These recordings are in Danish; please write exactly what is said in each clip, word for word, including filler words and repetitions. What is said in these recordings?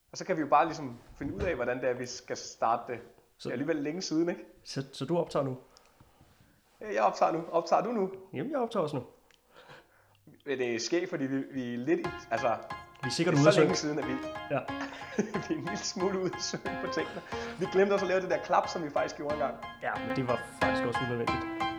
Og så kan vi jo bare ligesom finde ud af, hvordan det er, vi skal starte det. Så det er alligevel længe siden, ikke? Så, så du optager nu? Ja, jeg optager nu. Optager du nu? Jamen, jeg optager også nu. Det er skægt, fordi vi, vi er lidt i... Altså, vi er sikkert det er ude så at længe siden, at vi, ja. vi er en lille smule ude at synge på tingene. Vi glemte også at lave det der klap, som vi faktisk gjorde engang. Ja, men det var faktisk også unødvendigt.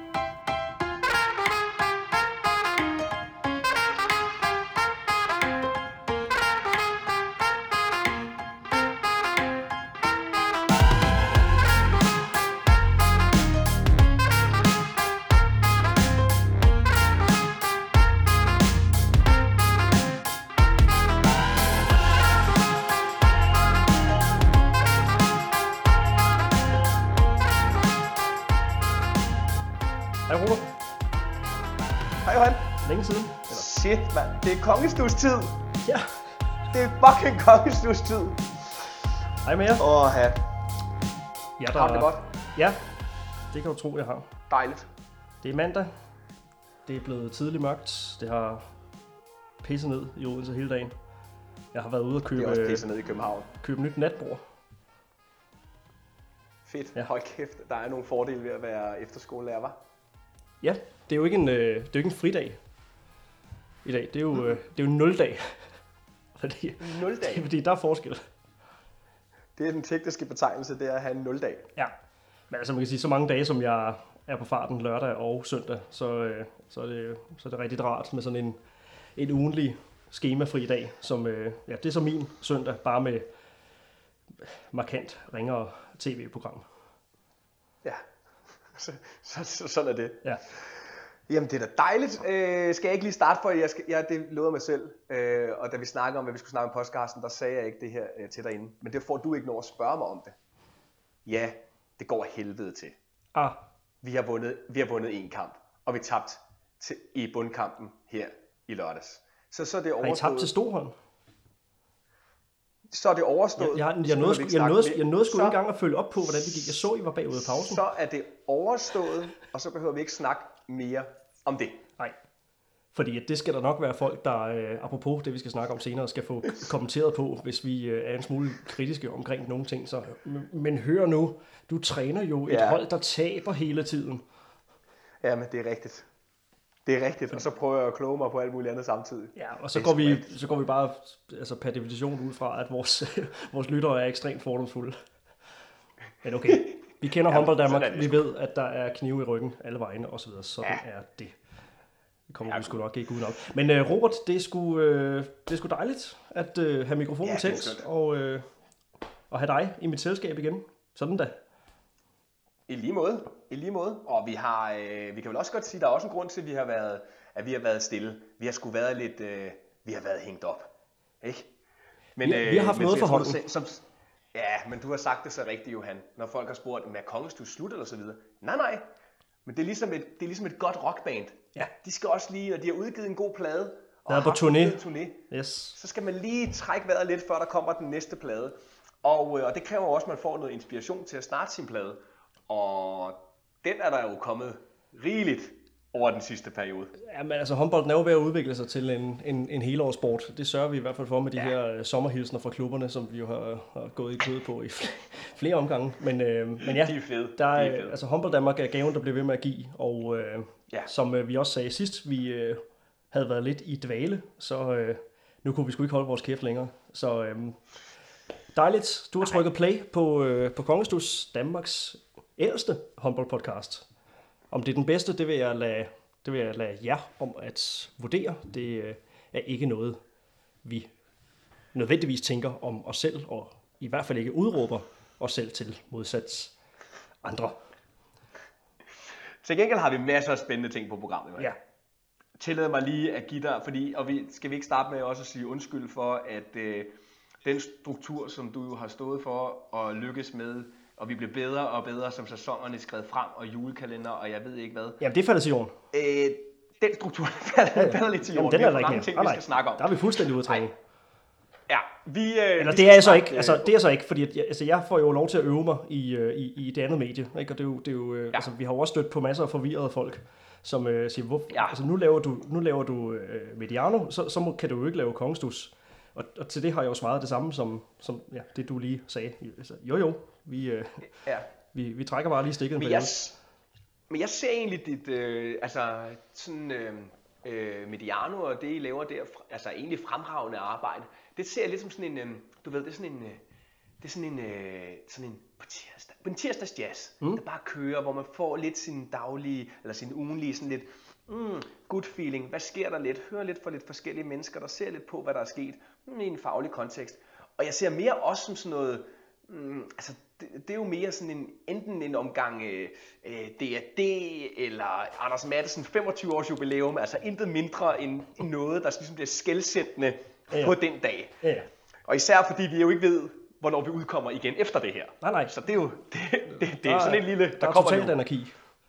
Længe siden. Eller? Shit, mand. Det er kongestus tid. Ja. Det er fucking kongestus tid. Hej med jer. Åh, ja. Ja, der... Har du det godt? Ja, det kan du tro, jeg har. Dejligt. Det er mandag. Det er blevet tidligt mørkt. Det har pisset ned i Odense hele dagen. Jeg har været ude og købe... Det er også pisset ned i København. Købe nyt natbord. Fedt. Ja. Hold kæft, der er nogle fordele ved at være efterskolelærer, hva'? Ja, det er jo ikke en, øh, det er jo ikke en fridag i dag. Det er jo, mm. øh, det er jo en nuldag. fordi, nuldag? Det, fordi der er forskel. Det er den tekniske betegnelse, det er at have en nuldag. Ja, men altså man kan sige, så mange dage, som jeg er på farten lørdag og søndag, så, øh, så, er, det, så er det rigtig rart med sådan en, en ugenlig skemafri dag. Som, øh, ja, det er så min søndag, bare med markant ringere tv-program. Ja, så, så, så, sådan er det. Ja. Jamen det er da dejligt. Øh, skal jeg ikke lige starte for, jeg, skal, jeg det lovede mig selv, øh, og da vi snakkede om, hvad vi skulle snakke om podcasten, der sagde jeg ikke det her øh, til dig inden. Men det får du ikke noget at spørge mig om det. Ja, det går af helvede til. Ah. Vi har vundet, vi har vundet en kamp, og vi tabte til, i bundkampen her i lørdags. Så, så er det overstået. Har I tabt til Stoholm? Så er det overstået. Jeg, jeg, jeg nåede, jeg, jeg nåede, jeg nåede sgu ikke engang at følge op på, hvordan det gik. Jeg så, I var bagud i pausen. Så er det overstået, og så behøver vi ikke snakke mere om det. Nej, fordi det skal der nok være folk, der, øh, apropos det vi skal snakke om senere, skal få kommenteret på, hvis vi øh, er en smule kritiske omkring nogle ting. Så, men hør nu, du træner jo et ja. hold, der taber hele tiden. Ja, men det er rigtigt. Det er rigtigt, og så prøver jeg at kloge mig på alt muligt andet samtidig. Ja, og så går vi, så går vi bare altså per definition ud fra, at vores, vores lyttere er ekstremt fordomsfulde. Men okay, vi kender ja, håndbold Danmark, vi ved, at der er knive i ryggen alle vegne og så videre. Sådan ja. er det. Det kommer ja, vi sgu nok ikke udenom. Men uh, Robert, det er sgu, uh, det er sgu dejligt at uh, have mikrofonen ja, tændt og, uh, og have dig i mit selskab igen. Sådan da. I lige måde. I lige måde. Og vi har, øh, vi kan vel også godt sige, at der er også en grund til, at vi har været, at vi har været stille. Vi har sgu været lidt, øh, vi har været hængt op, ikke? Men, vi, øh, vi har haft noget for hånden. Som, ja, men du har sagt det så rigtigt, Johan. Når folk har spurgt, om er kongestus slut eller så videre. Nej, nej. Men det er ligesom et, det er ligesom et godt rockband. Ja. De skal også lige, når de har udgivet en god plade, og har på turné. turné yes. så skal man lige trække vejret lidt, før der kommer den næste plade. Og, øh, og det kræver også, at man får noget inspiration til at starte sin plade. Og den er der jo kommet rigeligt over den sidste periode. Ja, men altså håndbolden er jo ved at udvikle sig til en, en, en helårssport. Det sørger vi i hvert fald for med de ja. her uh, sommerhilsner fra klubberne, som vi jo har, har gået i kød på i flere, flere omgange. Men, øh, men ja, de er fede. Der er, de er fede. Altså håndbold Danmark er gaven, der bliver ved med at give. Og øh, ja. som øh, vi også sagde sidst, vi øh, havde været lidt i dvale, så øh, nu kunne vi sgu ikke holde vores kæft længere. Så øh, dejligt. Du har trykket play på, øh, på Kongestus, Danmarks ældste håndboldpodcast. Om det er den bedste, det vil jeg lade, det vil jeg lade jer om at vurdere. Det øh, er ikke noget, vi nødvendigvis tænker om os selv, og i hvert fald ikke udråber os selv til modsats andre. Til gengæld har vi masser af spændende ting på programmet. Ja. Tillad mig lige at give dig, fordi, og vi, skal vi ikke starte med også at sige undskyld for, at øh, den struktur, som du jo har stået for at lykkes med, og vi bliver bedre og bedre, som sæsonerne skred frem, og julekalender, og jeg ved ikke hvad. Jamen, det falder til jorden. Øh, den struktur falder ja, ja. lidt til jorden. Jamen, den er der der mange ikke ting, mere. vi nej, skal snakke om. Der er vi fuldstændig ude af træning. Ja, vi... Øh, Eller vi det er jeg så ikke. snakke, Altså, det er jeg så ikke, fordi at jeg, altså, jeg får jo lov til at øve mig i, i, i det andet medie, ikke? Og det er jo, det er jo ja. altså, vi har jo også stødt på masser af forvirrede folk, som øh, siger, hvor, ja. altså, nu laver du, nu laver du øh, Mediano, så, så må, kan du jo ikke lave Kongestus. og, og til det har jeg jo svaret det samme, som, som ja, det du lige sagde. Altså, jo jo, vi, øh, ja. vi, vi trækker bare lige stikket. Men jeg, men jeg ser egentlig dit, øh, altså sådan øh, øh, Mediano og det I laver der, altså egentlig fremragende arbejde. Det ser jeg lidt som sådan en, øh, du ved, det er sådan en, øh, det er sådan en, øh, sådan en på tirsdag, på en tirsdags jazz, mm. der bare kører, hvor man får lidt sin daglige, eller sin ugenlige sådan lidt, mm, good feeling, hvad sker der lidt, hører lidt fra lidt forskellige mennesker, der ser lidt på, hvad der er sket, mm, i en faglig kontekst. Og jeg ser mere også som sådan noget, mm, altså det, det er jo mere sådan en, enten en omgang øh, D R D, eller Anders Matthesen femogtyve års jubilæum, altså intet mindre end noget, der ligesom bliver skelsættende ja. På den dag. Ja. Og især fordi vi jo ikke ved, hvornår vi udkommer igen efter det her. Nej, nej. Så det er jo det, det, det er sådan en lille, der, der kommer totalt anarki.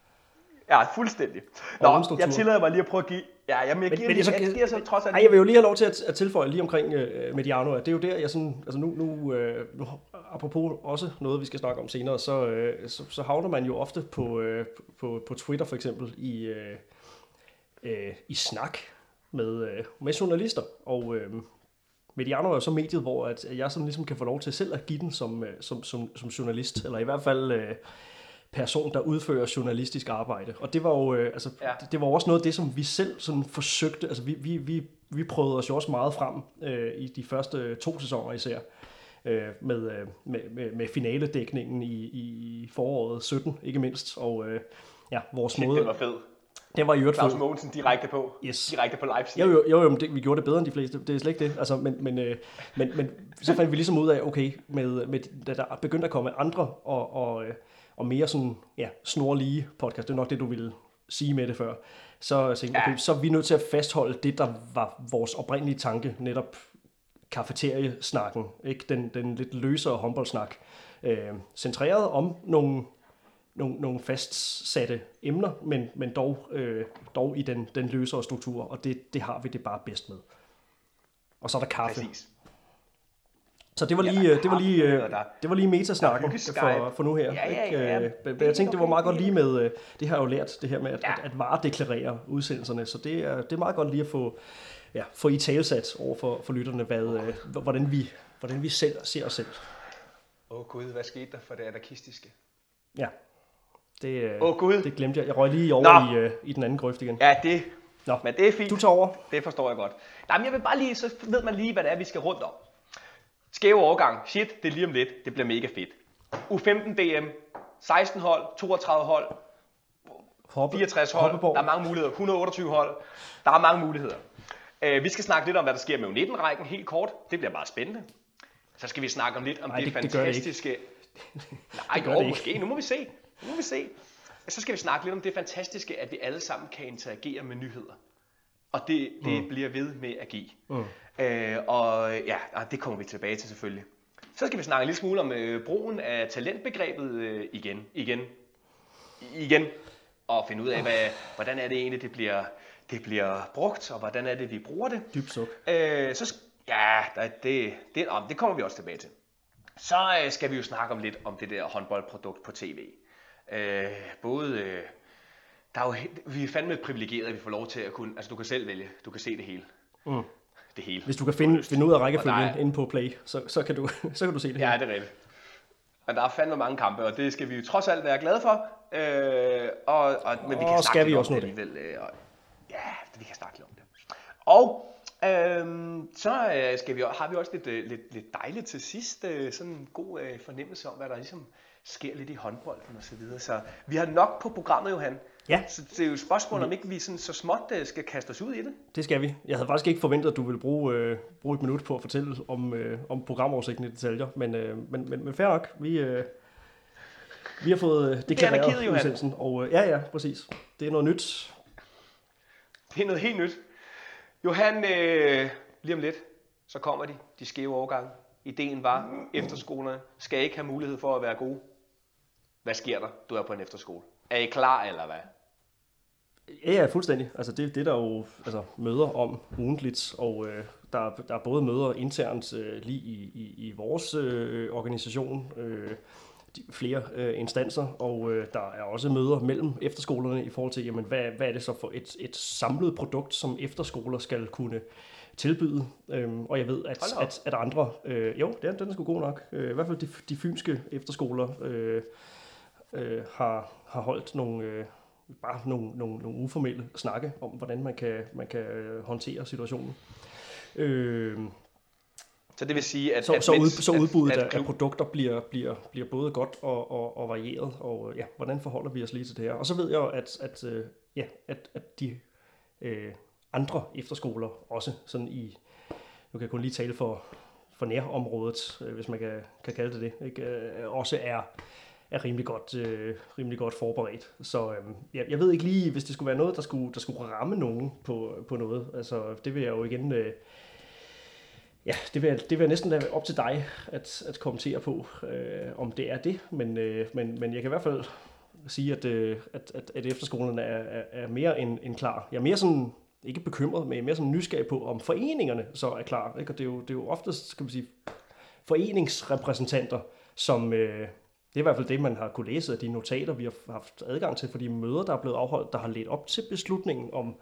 Ja, fuldstændig. Nå, jeg tillader mig lige at prøve at give... Ja, jamen, jeg giver, men, lige, jeg, jeg, giver så trods alt... Ej, jeg vil jo lige have lov til at, at tilføje lige omkring uh, Mediano. Det er jo der, jeg sådan... Altså nu, nu, uh, nu apropos også noget, vi skal snakke om senere, så, uh, så, så havner man jo ofte på, uh, på, på Twitter for eksempel i, uh, uh, i snak med, uh, med journalister. Og uh, Mediano er jo så mediet, hvor at jeg sådan ligesom kan få lov til selv at give den som, som, som, som journalist. Eller i hvert fald... Uh, person, der udfører journalistisk arbejde. Og det var jo øh, altså, ja. det, det var også noget af det, som vi selv sådan forsøgte. Altså, vi, vi, vi, vi prøvede os jo også meget frem øh, i de første to sæsoner især, øh, med, øh, med, med, med finaledækningen i, i foråret sytten, ikke mindst. Og øh, ja, vores måde... Det var fed. Det var i øvrigt Claus Mogensen direkte på. Yes. Direkte på live. Jo, jo, jo, jo det, vi gjorde det bedre end de fleste. Det er slet ikke det. Altså, men, men, øh, men, men så fandt vi ligesom ud af, okay, med, med, da der begyndte at komme andre og... og øh, og mere sådan, ja, snorlige podcast, det er nok det, du ville sige med det før, så tænkte jeg, okay, så er vi nødt til at fastholde det, der var vores oprindelige tanke, netop kafeteriesnakken, ikke? Den, den lidt løsere håndboldsnak, øh, centreret om nogle, nogle, nogle fastsatte emner, men, men dog, øh, dog i den, den løsere struktur, og det, det har vi det bare bedst med. Og så er der kaffe. Præcis. Så det var lige, ja, det var lige, det var lige metasnakken for, for nu her. Ja, ja, ja. Ikke? Jeg tænkte, det var meget godt lige med, det har jeg jo lært, det her med at, ja. at, at varedeklarere udsendelserne, så det er, det er meget godt lige at få, ja, få i talesat over for, for lytterne, hvad, hvordan, vi, hvordan vi selv ser os selv. Åh oh, gud, hvad skete der for det anarkistiske? Ja, det, oh, Gud. det glemte jeg. Jeg røg lige over i, i den anden grøft igen. Ja, det, Nå. Men det er fint. Du tager over. Det forstår jeg godt. Nej, men jeg vil bare lige, så ved man lige, hvad det er, vi skal rundt om. Skæve overgang. Shit, det er lige om lidt. Det bliver mega fedt. U femten D M. seksten hold. toogtredive hold. Hoppe, fireogtres hold. Hoppeborg. Der er mange muligheder. et hundrede og otteogtyve hold. Der er mange muligheder. Uh, vi skal snakke lidt om, hvad der sker med U nitten-rækken. Helt kort. Det bliver meget spændende. Så skal vi snakke om lidt om Ej, det, det fantastiske... Det Nej, det jo, måske. Nu må vi se. Nu må vi se. Så skal vi snakke lidt om det fantastiske, at vi alle sammen kan interagere med nyheder. Og det, det mm. bliver ved med at give. Mm. Øh, og ja, det kommer vi tilbage til selvfølgelig. Så skal vi snakke en lille smule om øh, brugen af talentbegrebet øh, igen, igen, igen. Og finde ud af, hvad, hvordan er det egentlig, det bliver, det bliver brugt, og hvordan er det, vi bruger det. Dybt suk. Øh, så, ja, det, det, det kommer vi også tilbage til. Så øh, skal vi jo snakke om lidt om det der håndboldprodukt på tv. Øh, både... Øh, Der er jo, vi er fandme privilegeret, at vi får lov til at kunne, altså du kan selv vælge, du kan se det hele. Mm. Det hele. Hvis du kan finde, finde ud af rækkefølgen er, inde på Play, så, så, kan du, så kan du se det hele. Ja, det er rigtigt. Men der er fandme mange kampe, og det skal vi jo trods alt være glade for. Øh, og, og, men vi kan og snakke skal vi lidt også om det alligevel. Øh, og, ja, vi kan snakke lidt om det. Og øh, så øh, skal vi, har vi også lidt, øh, lidt, lidt dejligt til sidst, øh, sådan en god øh, fornemmelse om, hvad der ligesom sker lidt i håndbolden og så videre. Så vi har nok på programmet, Johan. Ja. Så det er jo et spørgsmål, om ikke vi sådan, så småt skal kaste os ud i det. Det skal vi. Jeg havde faktisk ikke forventet, at du ville bruge, øh, bruge et minut på at fortælle om, øh, om programoversigten i detaljer, men, øh, men, men, men fair nok. Vi, øh, vi har fået øh, deklareret udsendelsen, og øh, ja, ja, præcis. Det er noget nyt. Det er noget helt nyt. Johan, øh, lige om lidt, så kommer de, de skæve overgange. Ideen var, efterskolerne skal ikke have mulighed for at være gode. Hvad sker der? Du er på en efterskole. Er I klar, eller hvad? Ja, ja, fuldstændig. Altså det, det er der jo altså, møder om ugentligt, og øh, der, der er både møder internt øh, lige i, i, i vores øh, organisation, øh, de, flere øh, instanser, og øh, der er også møder mellem efterskolerne i forhold til, jamen, hvad, hvad er det så for et, et samlet produkt, som efterskoler skal kunne tilbyde. Øhm, og jeg ved, at, at, at andre, øh, jo, den, den er sgu god nok. Øh, I hvert fald de, de fynske efterskoler øh, øh, har, har holdt nogle, øh, bare nogle, nogle, nogle uformelle snakke om, hvordan man kan, man kan håndtere situationen. Øh, Så det vil sige, at... Så, at så, ud, mens, så udbuddet at, af, at af produkter bliver, bliver, bliver både godt og, og, og varieret, og ja, hvordan forholder vi os lige til det her? Og så ved jeg jo, at, at, øh, ja, at, at de øh, andre efterskoler også sådan i, nu kan jeg kun lige tale for, for nærområdet, øh, hvis man kan, kan kalde det det, ikke? Øh, også er, er rimelig godt, øh, rimelig godt forberedt. Så øh, jeg, jeg ved ikke lige, hvis det skulle være noget, der skulle, der skulle ramme nogen på, på noget. Altså, det vil jeg jo igen... Øh, Ja, det vil, jeg, det vil jeg næsten lade op til dig at, at kommentere på, øh, om det er det. Men, øh, men, men jeg kan i hvert fald sige, at, øh, at, at, at efterskolerne er, er, er mere end, end klar. Jeg er mere sådan, ikke bekymret, men jeg er mere sådan nysgerrig på, om foreningerne så er klar. Ikke? Og det er, jo, det er jo oftest, skal man sige, foreningsrepræsentanter, som... Øh, det er i hvert fald det, man har kunne læse af de notater, vi har haft adgang til for de møder, der er blevet afholdt, der har ledt op til beslutningen om...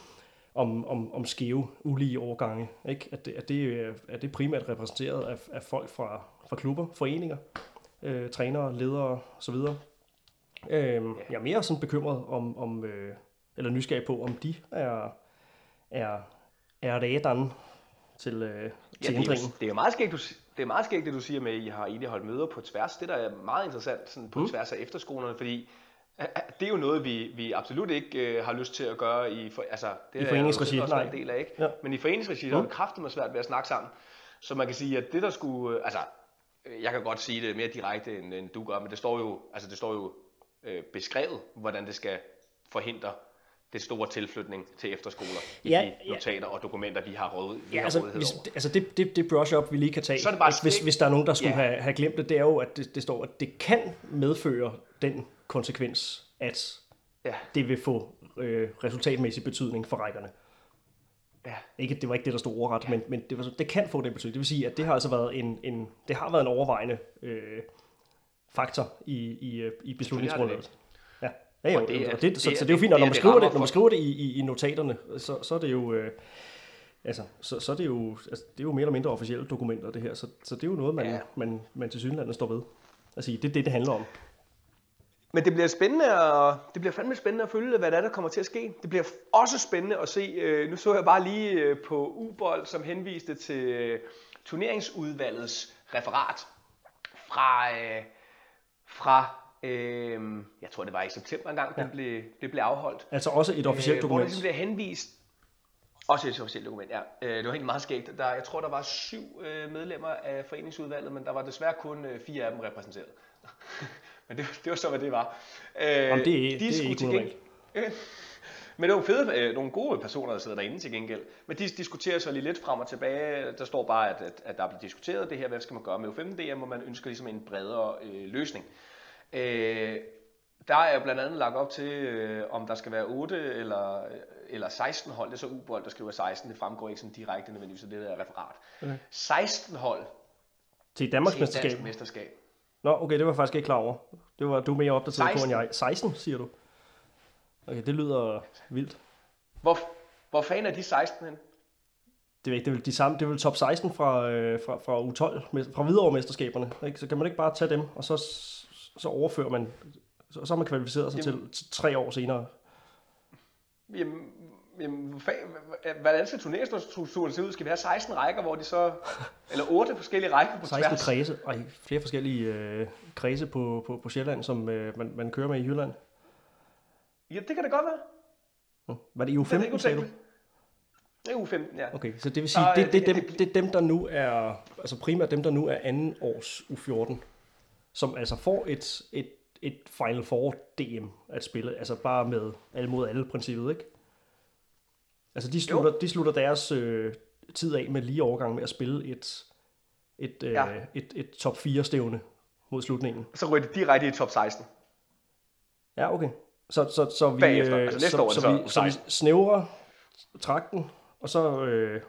Om, om, om skæve, ulige overgange. Ikke? At, det, at, det, at det primært repræsenteret af, af folk fra, fra klubber, foreninger, øh, trænere, ledere osv. Øh, jeg er mere sådan bekymret om, om øh, eller nysgerrig på, om de er, er, er redan til, øh, til ja, ændringen. Det er, det er jo meget skægt, du, det er meget skægt, det du siger med, at I har egentlig holdt møder på tværs. Det der er meget interessant sådan på mm. tværs af efterskolerne, fordi det er jo noget, vi, vi absolut ikke øh, har lyst til at gøre i, for, altså, det I foreningsregi, også en del af, ikke? Ja. Men i foreningsregi, der er det kraftigt svært ved at snakke sammen. Så man kan sige, at det der skulle, altså, jeg kan godt sige det mere direkte, end, end du gør, men det står jo, altså, det står jo øh, beskrevet, hvordan det skal forhindre det store tilflytning til efterskoler i ja, de notater ja. og dokumenter, vi har råd, vi ja, har altså, rådighed hvis, over. Altså det, det, det brush-up, vi lige kan tage, så er det bare hvis, hvis der er nogen, der skulle ja. have, have glemt det, det er jo, at det, det står, at det kan medføre den konsekvens, at ja. det vil få øh, resultatmæssig betydning for rækkerne. Ja. Ikke, det var ikke det, der stod ordret, ja. men, men det, var, det kan få den betydning. Det vil sige, at det har altså været en, en, det har været en overvejende øh, faktor i, i, i beslutningsgrundlaget. Ja. Ja, jo, og det, og det, det, så, det, så det er jo fint, og når man skriver det, når man skriver det i, i, i notaterne, så, så er det jo, øh, altså, så, så er det jo, altså, det er jo mere eller mindre officielle dokumenter, det her, så, så det er jo noget, man, ja. man, man til sydenlandet står ved. Altså, det er det, det handler om. Men det bliver spændende, og det bliver fandme spændende at følge, hvad der, er, der kommer til at ske. Det bliver også spændende at se, øh, nu så jeg bare lige øh, på U-bold, som henviste til øh, turneringsudvalgets referat fra, øh, fra øh, jeg tror det var i september engang, ja. det, blev, det blev afholdt. Altså også et officielt øh, dokument? Hvor det bliver henvist, også et officielt dokument, ja. Øh, det var helt meget skægt. Der, jeg tror der var syv øh, medlemmer af foreningsudvalget, men der var desværre kun øh, fire af dem repræsenteret. Men det, det var så, hvad det var. Øh, Jamen, det er, de det er ikke gengæld... Men nogle fede, øh, nogle gode personer, der sidder derinde til gengæld. Men de diskuterer så lige lidt frem og tilbage. Der står bare, at, at, at der bliver diskuteret det her. Hvad skal man gøre med U femten D M, hvor man ønsker ligesom en bredere øh, løsning. Øh, der er jo blandt andet lagt op til, øh, om der skal være otte eller, eller seksten hold. Det er så U-bold, der skriver seksten. Det fremgår ikke sådan direkte nødvendigvis af det der referat. Okay. seksten hold til Danmarks mesterskab. mesterskab. Nå, okay, det var jeg faktisk ikke klar over. Det var du er mere opdateret på end jeg. seksten, siger du? Okay, det lyder vildt. Hvor, hvor fanden er de seksten hen? Det er ikke, det er vel de samme, det er vel top seksten fra, øh, fra, fra U tolv, fra Hvidovre-mesterskaberne. Ikke? Så kan man ikke bare tage dem, og så, så overfører man, så, så har man kvalificeret sig til, til tre år senere. Jamen, jamen hvordan skal turneringsstrukturen se ud? Skal vi have seksten rækker, hvor de så, eller otte forskellige rækker på seksten tværs? seksten kredse, og flere forskellige øh, kredse på, på, på Sjælland, som øh, man, man kører med i Jylland. Ja, det kan det godt være. Hmm. Var det i U femten, sagde du? Det er U femten, ja. Okay, så det vil sige, så, det, det, det, det, det er dem, der nu er, altså primært dem, der nu er anden års U fjorten, som altså får et, et, et Final Four D M at spille, altså bare med alle mod alle princippet, ikke? Altså de slutter, de slutter deres øh, tid af med lige overgang med at spille et, et, øh, ja. et, et top fire stævne mod slutningen. Så ryger de direkte i top seksten. Ja, okay. Så, så, så, vi, Bagefter, altså næste så, år, så, så, vi, så vi snævrer trakten, og så, øh,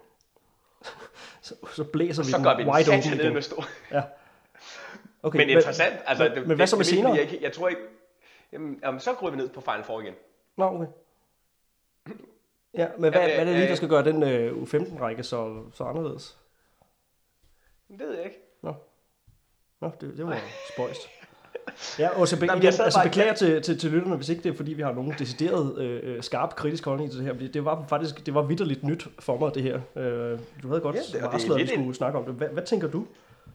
så, så blæser vi så den gør vi den wide open igen. Med stor. Ja. Okay, men interessant, altså... Men, det, men hvad så med det, senere? Jeg, jeg tror ikke... Jamen, jamen, så går vi ned på Final Four igen. Nå, okay. Ja, men hvad, Ja, hvad er det lige, ja, der skal gøre den øh, U femten-række så, så anderledes? Det ved jeg ikke. Nå, Nå det, det var spøjst. Ja, og så be- Nå, men igen, jeg sad altså bare- beklager til, til, til lytterne, hvis ikke det er, fordi vi har nogen decideret øh, skarp kritisk holdning til det her. Men det, det var faktisk det var vitterligt nyt for mig, det her. Øh, du havde godt Ja, det- og det er varslet, at vi lidt skulle en- snakke om det. Hvad, hvad tænker du?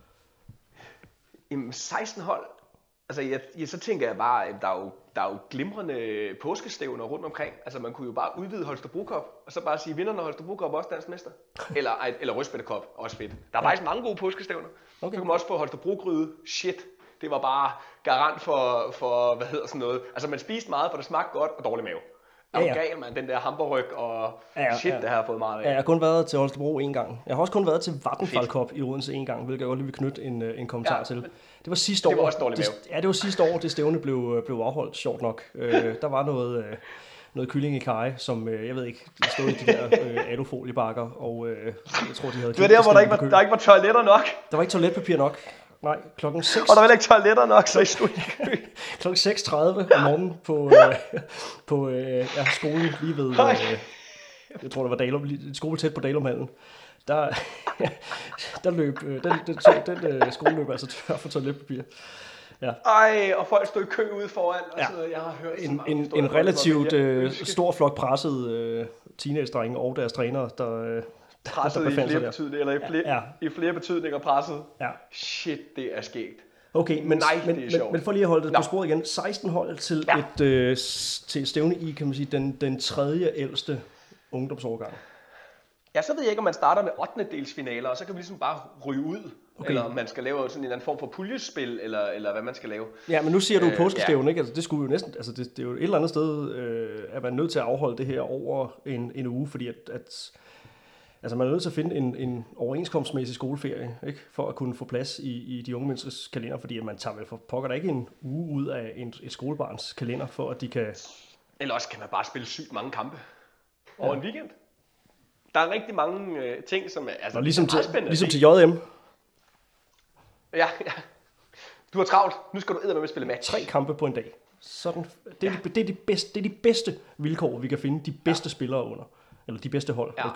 Jamen, seksten hold. Altså, jeg, jeg, så tænker jeg bare, at der er jo, der er jo glimrende påskestævner rundt omkring. Altså, man kunne jo bare udvide Holstebro Cup, og så bare sige, vinderne af Holstebro Cup er også dansk mester. Eller, ej, eller Røsbætte Cup, også fedt. Der er ja. faktisk mange gode påskestævner. Okay. Så kan man også få Holstebro-gryde. Shit, det var bare garant for, for, hvad hedder sådan noget. Altså, man spiste meget, for det smagte godt og dårlig mave. Er Ja, ja, ja. gal, man, den der hamburgryg og Ja, ja, shit, ja. det har jeg fået meget af. Ja, jeg har kun været til Holstebro en gang. Jeg har også kun været til Vattenfall Cup i Odense en gang, hvilket jeg godt lige vil knytte en, øh, en kommentar Ja, til. men Det var sidste det år. var også dårlig det, mave. Ja, det var sidste år, det stævne blev, øh, blev afholdt, sjovt nok. Øh, der var noget, øh, noget kylling i kaj, som, øh, jeg ved ikke, stod i de der øh, alufoliebakker, og øh, jeg tror, de havde... Det var der, hvor der ikke var, der ikke var toiletter nok. Der var ikke toiletpapir nok. Nej, klokken seks. Og der var heller ikke toiletter nok, så I stod i kø. Klokken seks tredive om morgenen på, øh, på øh, ja, skolen lige ved, øh, jeg tror det var Dalum, en skole tæt på Dalumhallen. Der, der løb, øh, den, den, den, den øh, skole løb altså tør for toiletpapir. Ja. Ej, og folk stod i kø ude foran. Ja. Altså, jeg har hørt så En, mange en, historier en fra det, relativt hvor jeg øh, ønsker- stor flok pressede øh, teenage-drenge og deres trænere, der, øh, presset der i befandt sig flere der. betydninger, eller i flere, Ja. i flere betydninger presset. Ja. Shit, det er skægt. Okay, men, Nej, men, det er men, sjovt. men for lige at holde det Nå. på sporet igen. seksten hold til Ja. et øh, s- til et stævne i, kan man sige, den, den tredje ældste ungdomsårgang. Ja, så ved jeg ikke, om man starter med ottende delsfinaler, og så kan vi ligesom bare ryge ud. Okay. Okay. Eller om man skal lave sådan en eller anden form for puljespil, eller, eller hvad man skal lave. Ja, men nu siger du Øh, påskestævne, ikke? Altså, det skulle jo næsten, altså det, det er jo et eller andet sted, øh, at man er nødt til at afholde det her over en, en uge, fordi at, at altså man er nødt til at finde en, en overenskomstmæssig skoleferie, ikke? For at kunne få plads i, i de unge menneskers kalender, fordi at man tager vel for pokker der ikke en uge ud af en, et skolebarns kalender, for at de kan... Eller også kan man bare spille sygt mange kampe over en weekend. Der er rigtig mange øh, ting, som er, altså, Og ligesom det er meget til, spændende. ligesom at til se. J M, Ja, ja. Du har travlt. Nu skal du eddermame spille match. tre kampe på en dag. Sådan, det, er de, det, er de bedste, det er de bedste vilkår, vi kan finde de bedste ja. spillere under. Eller de bedste hold. Ja. Ja.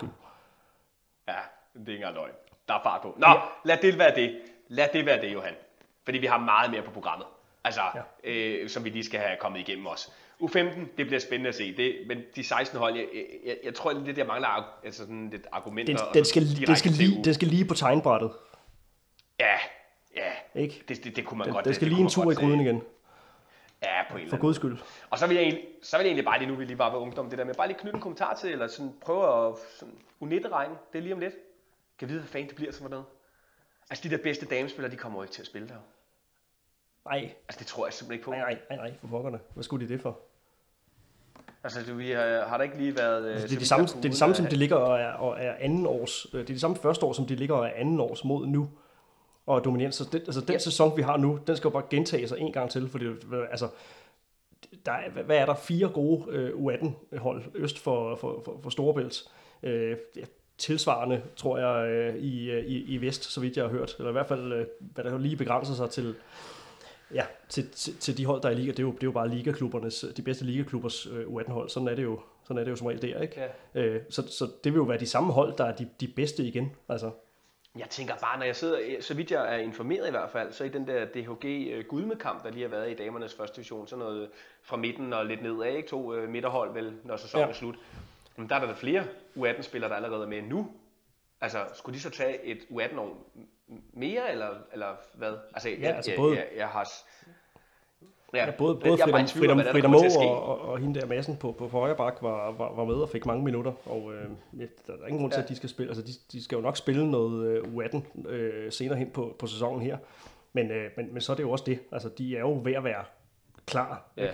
Ja, det er ikke engang løgn. Der er fart på. Nå, Ja. lad det være det. Lad det være det, Johan. Fordi vi har meget mere på programmet. Altså, Ja. øh, som vi lige skal have kommet igennem også. U femten, det bliver spændende at se. Det, men de seksten hold, jeg, jeg, jeg tror lidt, jeg mangler arg- altså sådan lidt argumenter. Den, og den, skal, direkte den, skal til lige, U. den skal lige på tegnbrættet. Ja, ja. Ikke? Det, det, det kunne man Den, godt. den skal det lige kunne en man tur i godt gryden se. igen. Ja, på en eller For anden guds skyld. Og så vil jeg egentlig, så vil jeg egentlig bare lige nu, vi lige var ved ungdom, det der med bare lige knytte en kommentar til, eller sådan prøve at sådan, U nitten-rækken, det er lige om lidt. Kan vide, hvad fanden det bliver sådan noget. Altså de der bedste damespillere, de kommer jo ikke til at spille der. Nej, Altså det tror jeg simpelthen ikke på. nej, nej, nej, nej, for pokkerne. Hvad skulle de det for? Altså du, vi har, har der ikke lige været... øh, Altså, det så er det vidt samme, jeg kunne det er det ud samme af- som de ligger og er, og er anden års. Det er det samme første år, som de ligger og er anden års mod nu. Og dominant. Så det, altså den Ja. sæson, vi har nu, den skal jo bare gentage sig en gang til. Fordi altså, der er, hvad er der? Fire gode øh, U atten hold øst for, for, for, for Storebælt. Øh, ja, tilsvarende, tror jeg, øh, i, i, i vest, så vidt jeg har hørt. Eller i hvert fald, øh, hvad der lige begrænser sig til... Ja, til, til, til de hold, der er i liga. Det er jo, det er jo bare ligaklubbernes, de bedste ligaklubbers øh, U atten hold. Sådan er det jo, sådan er det jo som regel der, ikke? Ja. Øh, så, så det vil jo være de samme hold, der er de, de bedste igen. Altså, Jeg tænker bare, når jeg sidder, så vidt jeg er informeret i hvert fald, så i den der D H G Gudme-kamp, der lige har været i damernes første division, sådan noget fra midten og lidt nedad, ikke? To øh, midterhold vel, når sæsonen Ja. er slut. Men der er der flere U atten-spillere, der allerede er med nu. Altså, skulle de så tage et U atten-år mere, eller, eller hvad? Altså, jeg, altså jeg, både- jeg, jeg har... s- Ja, ja, både både jeg er bare Frida, i tvivl om, Frida, hvad der Frida kommer til Moe at ske. og, og, og hende der Madsen på, på højre bak var, var, var med og fik mange minutter. Og øh, ja, der er ingen grund til, Ja. at de skal spille. Altså, de, de skal jo nok spille noget øh, U atten øh, senere hen på, på sæsonen her. Men, øh, men, men så er det jo også det. Altså, de er jo ved at være klar. Ja.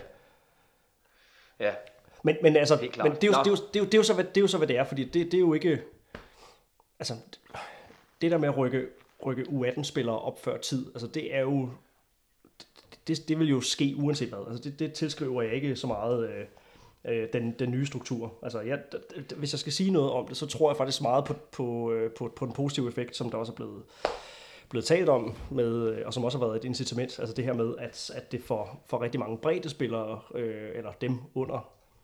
Ja. Men, men altså, Helt klart. men det, er jo, Nå. det, er jo, det, er jo, det, er jo så, hvad, det er jo så, hvad det er, fordi det, det er jo ikke... Altså, det der med at rykke, rykke U atten-spillere op før tid, altså det er jo... Det, det vil jo ske uanset hvad. Altså det, det tilskriver jeg ikke så meget øh, øh, den, den nye struktur. Altså jeg, d- d- hvis jeg skal sige noget om det, så tror jeg faktisk meget på, på, øh, på, på den positive effekt, som der også er blevet, blevet talt om, med, øh, og som også har været et incitament. Altså det her med, at, at det for, for rigtig mange bredde spillere, øh, eller dem under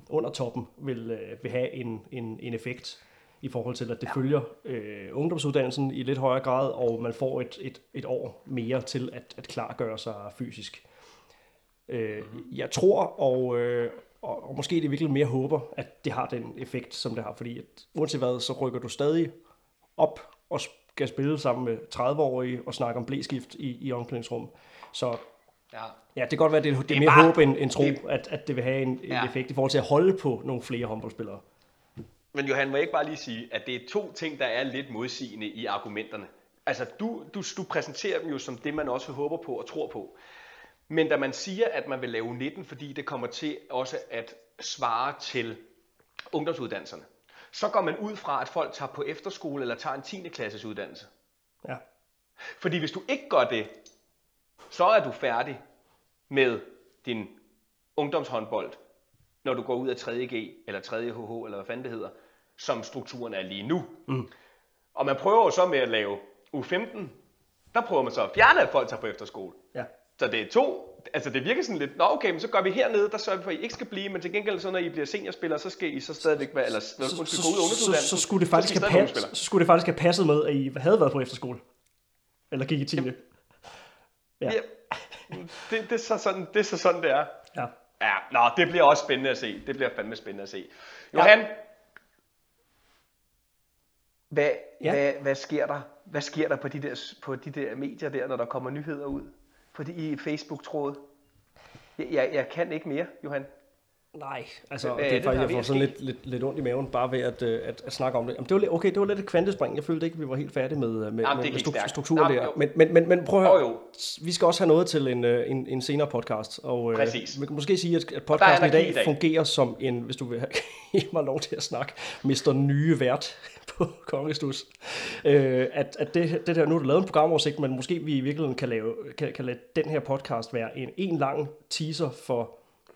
under toppen vil, øh, vil have en, en, en effekt i forhold til, at det ja. følger øh, ungdomsuddannelsen i lidt højere grad, og man får et, et, et år mere til at, at klargøre sig fysisk. Øh, mm-hmm. Jeg tror, og, øh, og, og måske det er virkelig mere håber, at det har den effekt, som det har, fordi at, uanset hvad, så rykker du stadig op og skal spille sammen med tredive-årige og snakke om blæskift i, i omklædningsrum. Så ja. ja, det kan godt være, at det, det, det er mere bare, håb end, end tro, det, at, at det vil have en, en ja. effekt i forhold til at holde på nogle flere håndboldspillere. Men Johan, må jeg ikke bare lige sige, at det er to ting, der er lidt modsigende i argumenterne. Altså, du, du, du præsenterer dem jo som det, man også håber på og tror på. Men da man siger, at man vil lave nitten, fordi det kommer til også at svare til ungdomsuddannelserne, så går man ud fra, at folk tager på efterskole eller tager en tiende klasses uddannelse. Ja. Fordi hvis du ikke gør det, så er du færdig med din ungdomshåndbold, når du går ud af tredje G eller tredje H H, eller hvad fanden det hedder, som strukturen er lige nu. Mm. Og man prøver jo så med at lave U femten, der prøver man så at fjerne, at folk tager på efterskole. Ja. Så det er to, altså det virker sådan lidt, nå okay, men så gør vi hernede, der sørger vi for, at I ikke skal blive, men til gengæld så når I bliver seniorspillere, så skal I så stadigvæk være, eller så, så, så, gå ud af ungdomsuddannelsen, så, så, skulle det faktisk så, have pass, så skulle det faktisk have passet med, at I havde været på efterskole. Eller gik i tiende. Ja. ja. Det, det, er så sådan, det er så sådan, det er. Ja. Ja, nå, det bliver også spændende at se. Det bliver fandme spændende at se. Johan, ja. hvad, ja. hvad, hvad sker der? Hvad sker der på de der, på de der medier der, når der kommer nyheder ud? På de i Facebook-tråde? Jeg, jeg, jeg kan ikke mere, Johan. Nej, altså hvad det er, det, faktisk, jeg får sådan lidt, lidt, lidt ondt i maven, bare ved at, at, at snakke om det. Jamen, det var lidt, okay, det var lidt et kvantespring. Jeg følte ikke, vi var helt færdige med, med, Jamen, med, med stru- strukturen der. Men, men, men, men prøv at høre, oh, vi skal også have noget til en, en, en senere podcast. Og Præcis. Øh, vi kan måske sige, at, at podcasten i dag, i dag fungerer som en, hvis du vil give mig lov til at snakke, mister Nye vært på Kongestus. Øh, at at det, det der, nu er der lavet en programoversigt, men måske vi i virkeligheden kan, lave, kan, kan lade den her podcast være en, en lang teaser for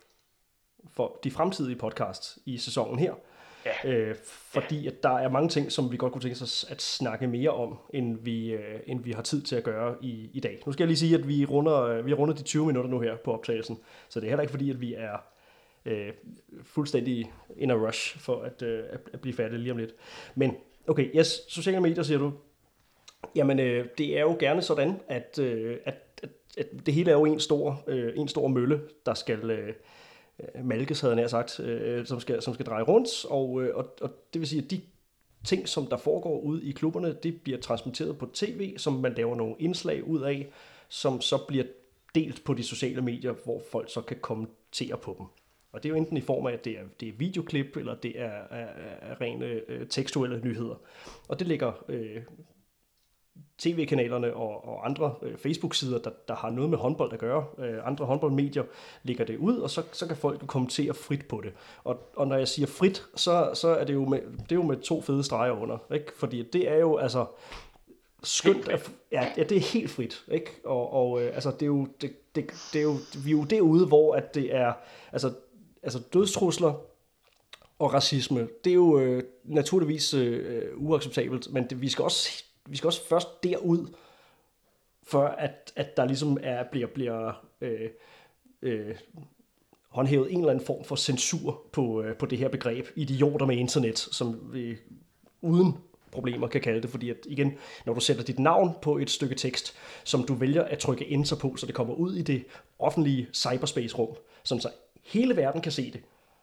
for de fremtidige podcasts i sæsonen her. Ja. Øh, fordi ja. at der er mange ting, som vi godt kunne tænke os at snakke mere om, end vi, øh, end vi har tid til at gøre i, i dag. Nu skal jeg lige sige, at vi runder, vi har rundet de tyve minutter nu her på optagelsen, så det er heller ikke fordi, at vi er øh, fuldstændig in a rush for at, øh, at blive færdige lige om lidt. Men okay, yes, sociale medier siger du. Jamen, øh, det er jo gerne sådan, at, øh, at, at, at det hele er jo en stor, øh, en stor mølle, der skal Øh, malkes, havde jeg nær sagt, øh, som, skal, som skal dreje rundt, og, øh, og, og det vil sige, at de ting, som der foregår ude i klubberne, det bliver transmitteret på tv, som man laver nogle indslag ud af, som så bliver delt på de sociale medier, hvor folk så kan kommentere på dem. Og det er jo enten i form af, at det er, det er videoklip, eller det er, er, er rene øh, tekstuelle nyheder. Og det ligger øh, tv-kanalerne og, og andre øh, Facebook-sider, der, der har noget med håndbold at gøre, øh, andre håndboldmedier, lægger det ud, og så, så kan folk kommentere frit på det. Og, og når jeg siger frit, så, så er det jo med, det er jo med to fede streger under, ikke? Fordi det er jo altså skønt, at, ja, ja, det er helt frit, ikke? Og, og øh, altså det er jo det, det, det er jo vi er jo derude, hvor at det er altså altså dødstrusler og racisme, det er jo øh, naturligvis øh, uacceptabelt, men det, vi skal også Vi skal også først derud, for at, at der ligesom er, bliver, bliver øh, øh, håndhævet en eller anden form for censur på, øh, på det her begreb, idioter med internet, som vi uden problemer kan kalde det, fordi at igen, når du sætter dit navn på et stykke tekst, som du vælger at trykke enter på, så det kommer ud i det offentlige cyberspace-rum, sådan så hele verden kan se det,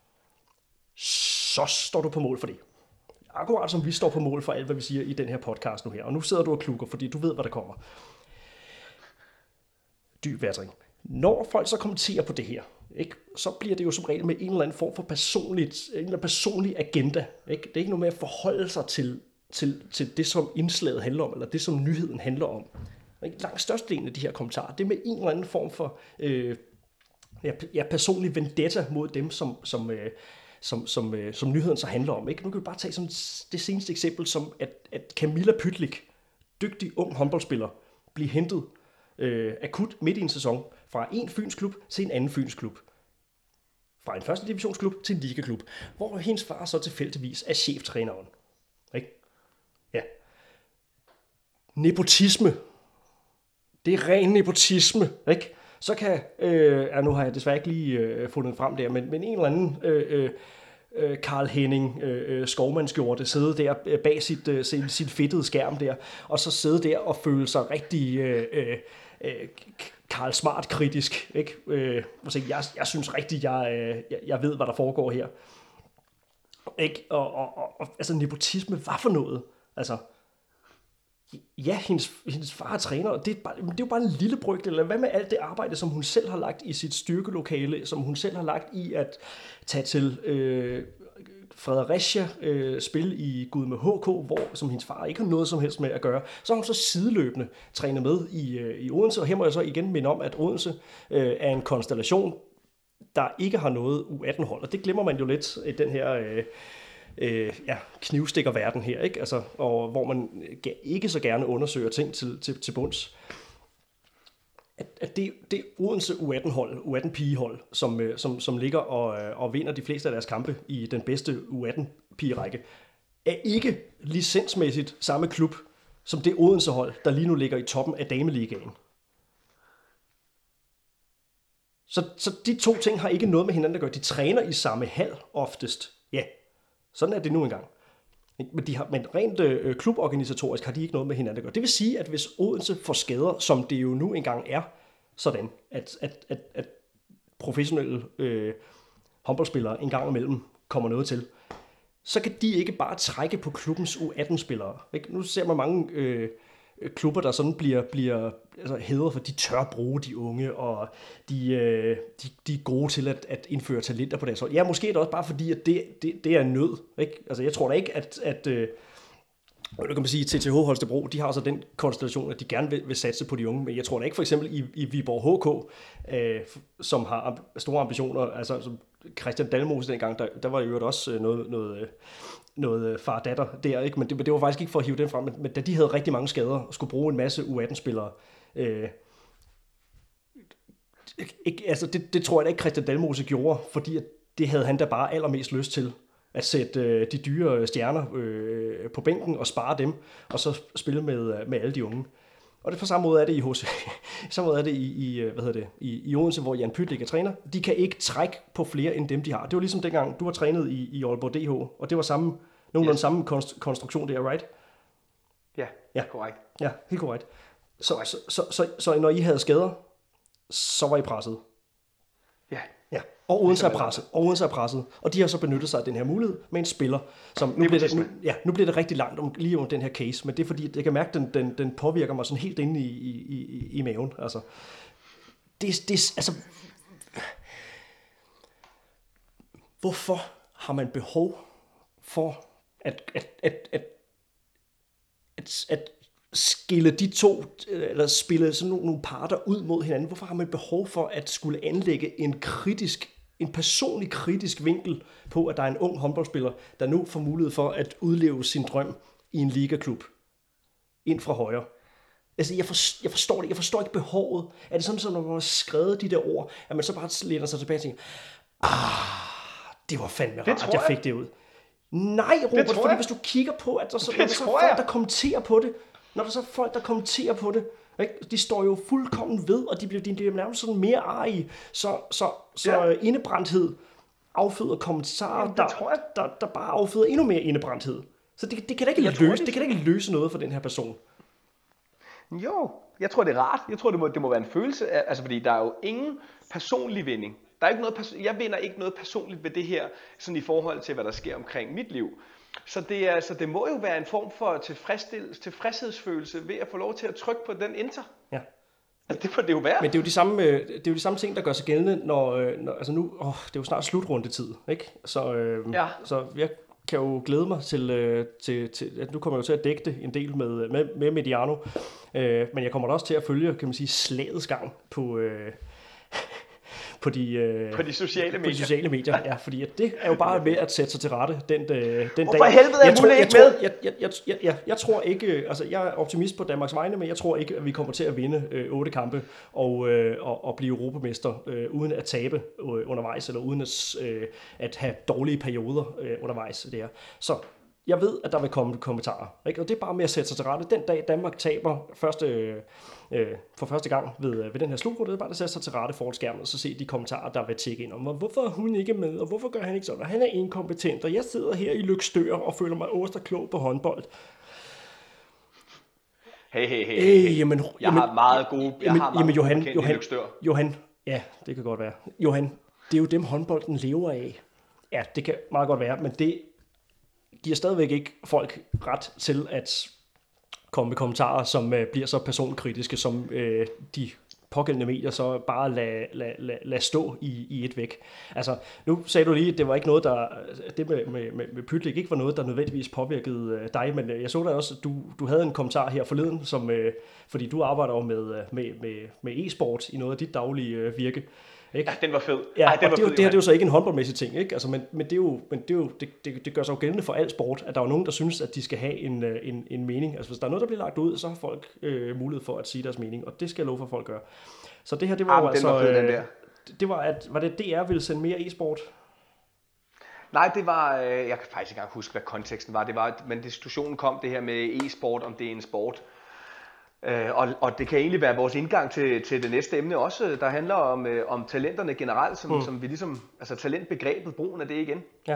så står du på mål for det. Akkurat som vi står på mål for alt, hvad vi siger i den her podcast nu her. Og nu sidder du og klukker, fordi du ved, hvad der kommer. Dyb vejrtrækning. Når folk så kommenterer på det her, ikke, så bliver det jo som regel med en eller anden form for personligt, en eller anden personlig agenda. Ikke? Det er ikke noget med at forholde sig til, til, til det, som indslaget handler om, eller det, som nyheden handler om. Ikke? Langt størstedelen af de her kommentarer, det er med en eller anden form for øh, ja, ja, personlig vendetta mod dem, som... som øh, Som, som, øh, som nyheden så handler om. Ikke? Nu kan vi bare tage sådan det seneste eksempel, som at, at Camilla Pytlik, dygtig ung håndboldspiller, bliver hentet øh, akut midt i en sæson fra en Fyns klub til en anden Fyns klub. Fra en første divisionsklub til en ligaklub, hvor hendes far så tilfældigvis er cheftræneren. Ikke? Ja. Nepotisme. Det er ren nepotisme, ikke? Så kan, øh, ja, nu har jeg desværre ikke lige øh, fundet frem der, men, men en eller anden øh, øh, Karl Henning øh, skovmandsskjorte, sidde der bag sit, øh, sit fedtede skærm der, og så sidde der og føle sig rigtig øh, øh, Karl Smart kritisk, ikke? Øh, jeg, jeg synes rigtigt, jeg, jeg, jeg ved, hvad der foregår her. Ikke? Og, og, og, altså nepotisme, hvad for noget? Altså, ja, hendes, hendes far er træner, og det er, bare, det er jo bare en lille brygde, eller hvad med alt det arbejde, som hun selv har lagt i sit styrkelokale, som hun selv har lagt i at tage til øh, Fredericia, øh, spille i Gud med H K, hvor, som hendes far ikke har noget som helst med at gøre. Så har hun så sideløbende trænet med i, øh, i Odense, og her må jeg så igen minde om, at Odense øh, er en konstellation, der ikke har noget U atten hold, og det glemmer man jo lidt i den her øh, øh, ja, knivstikkerverden her, ikke? Altså, og hvor man ikke så gerne undersøger ting til, til, til bunds. At, at det, det Odense U atten hold, U atten pigehold, som, som, som ligger og, og vinder de fleste af deres kampe i den bedste U atten pigerække, er ikke licensmæssigt samme klub som det Odense hold, der lige nu ligger i toppen af dameligaen. Så, så de to ting har ikke noget med hinanden at gøre. De træner i samme hal oftest. Ja, sådan er det nu engang. Men, de har, men rent øh, kluborganisatorisk har de ikke noget med hinanden at gøre. Det vil sige, at hvis Odense får skader, som det jo nu engang er, sådan, at, at, at, at professionelle øh, håndboldspillere en gang imellem kommer noget til, så kan de ikke bare trække på klubbens U atten-spillere. Ikke? Nu ser man mange øh, klubber, der sådan bliver, bliver altså, hædret, for de tør bruge de unge, og de, øh, de, de er gode til at, at indføre talenter på deres hold. Ja, måske er det også bare fordi, at det, det, det er nød. Ikke? Altså, jeg tror da ikke, at... at øh, nu kan man sige, T T H Holstebro, de har så den konstellation, at de gerne vil, vil satse på de unge, men jeg tror da ikke for eksempel i, i Viborg H K, øh, som har store ambitioner, altså som Christian Dalmose dengang, der, der var jo også noget, noget, noget far-datter der, ikke? Men, det, men det var faktisk ikke for at hive den frem, men, men da de havde rigtig mange skader og skulle bruge en masse U atten-spillere, øh, ikke, altså det, det tror jeg da ikke Christian Dalmose gjorde, fordi at det havde han da bare allermest lyst til. At sætte øh, de dyre stjerner øh, på bænken og spare dem, og så spille med, med alle de unge. Og det på samme måde er det i H C, samme måde er det i, i hvad hedder det, i, i Odense, hvor Jan Pytlik er træner. De kan ikke trække på flere end dem de har. Det var ligesom dengang du var trænet i, i Aalborg D H, og det var samme nogenlunde yes. samme konst, konstruktion der, right? Ja, ja, korrekt. Ja, helt korrekt. Så, så, så, så, så når I havde skader, så var I presset. Ja. Ja, og Odense er presset, og Odense er presset, og de har så benyttet sig af den her mulighed med en spiller, som nu bliver det, nu, ja, nu bliver det rigtig langt om, lige om den her case, men det er fordi, jeg kan mærke, at den, den, den påvirker mig sådan helt inde i, i, i, i maven, altså. Det, det, altså, hvorfor har man behov for at, at, at, at, at, at skille de to, eller spille sådan nogle, nogle parter ud mod hinanden? Hvorfor har man behov for at skulle anlægge en kritisk, en personlig kritisk vinkel på, at der er en ung håndboldspiller, der nu får mulighed for at udleve sin drøm i en ligaklub ind fra højre? Altså, jeg, for, jeg forstår det. Jeg forstår ikke behovet. Er det sådan, at når man har skrevet de der ord, at man så bare læner sig tilbage og tænker, ah, det var fandme rart, at jeg fik det ud. Nej, Robert, fordi jeg. Hvis du kigger på, at der så, der så folk, der kommenterer på det, når der så er folk, der kommenterer på det, ikke? De står jo fuldkommen ved, og de bliver, de bliver nærmest sådan mere arige, så, så, så ja. Indebrændthed afføder kommentarer, ja, der, der, der bare afføder endnu mere indebrændthed. Så det, det, kan da ikke løse, tror, det, det kan da ikke løse noget for den her person. Jo, jeg tror det er rart. Jeg tror det må, det må være en følelse af, altså fordi der er jo ingen personlig vinding. Der er ikke noget, jeg vinder ikke noget personligt ved det her, sådan i forhold til hvad der sker omkring mit liv. Så det, er, så det må jo være en form for tilfredshedsfølelse ved at få lov til at trykke på den enter. Ja. Altså, det må det jo være. Men det er jo de samme, det er jo de samme ting, der gør sig gældende, når, når altså nu, åh, det er jo snart slutrundetid, ikke? Så, øh, ja. Så jeg kan jo glæde mig til, til, til, at nu kommer jeg jo til at dække det en del med, med, med Mediano, øh, men jeg kommer da også til at følge, kan man sige, slagets gang på... Øh, På de, øh, på de sociale medier. På de sociale medier, ja, fordi at det er jo bare ved at sætte sig til rette den, øh, den Hvorfor dag. helvede er jeg tror, ikke jeg, med? tror, jeg, jeg, jeg, jeg, jeg, jeg tror ikke, altså jeg er optimist på Danmarks vegne, men jeg tror ikke, at vi kommer til at vinde øh, otte kampe og, øh, og, og blive europamester øh, uden at tabe øh, undervejs, eller uden at, øh, at have dårlige perioder øh, undervejs. Der. Så jeg ved, at der vil komme kommentarer, ikke? Og det er bare med at sætte sig til rette. Den dag Danmark taber første, øh, for første gang ved, ved den her slutrunde, det er bare at sætte sig til rette foran skærmen, og så se de kommentarer, der vil tjekke ind om, hvorfor er hun ikke med, og hvorfor gør han ikke sådan, og han er inkompetent, og jeg sidder her i Løgstør og føler mig åsterklog på håndbold. Hey, hey, hey, hey. Øh, jamen, jeg jamen, har meget gode, jeg jamen, har meget jamen, Johan, gode Johan, Løgstør. Johan, ja, det kan godt være. Johan, det er jo dem håndbolden lever af. Ja, det kan meget godt være, men det giver stadigvæk ikke folk ret til at komme med kommentarer, som øh, bliver så personkritiske, som øh, de pågældende medier så bare lad, lad, lad, lad stå i, i et væk. Altså, nu sagde du lige, at det var ikke noget, der, det med, med, med, med Pytlik ikke var noget, der nødvendigvis påvirkede øh, dig, men jeg så da også, at du, du havde en kommentar her forleden, som, øh, fordi du arbejder jo med, med, med, med e-sport i noget af dit daglige øh, virke. Ikke? Ja, den var fed. Ja, Ej, den og var det, fed, det her det er jo så ikke en håndboldmæssig ting, ikke? Altså, men, men, det, er jo, men det, er jo, det, det, det gør sig jo gældende for al sport, at der er jo nogen, der synes, at de skal have en, en, en mening. Altså hvis der er noget, der bliver lagt ud, så har folk øh, mulighed for at sige deres mening, og det skal jeg love for, at folk gør. Så det her, det var Jamen, jo altså... den var fed, den øh, der. det var, at, var det, at D R ville sende mere e-sport? Nej, det var, øh, jeg kan faktisk ikke engang huske, hvad konteksten var. Det var, men diskussionen kom det her med e-sport, om det er en sport. Øh, og, og det kan egentlig være vores indgang til, til det næste emne også, der handler om, øh, om talenterne generelt, som, mm. som vi ligesom, altså talentbegrebet, brugen af det igen. Ja.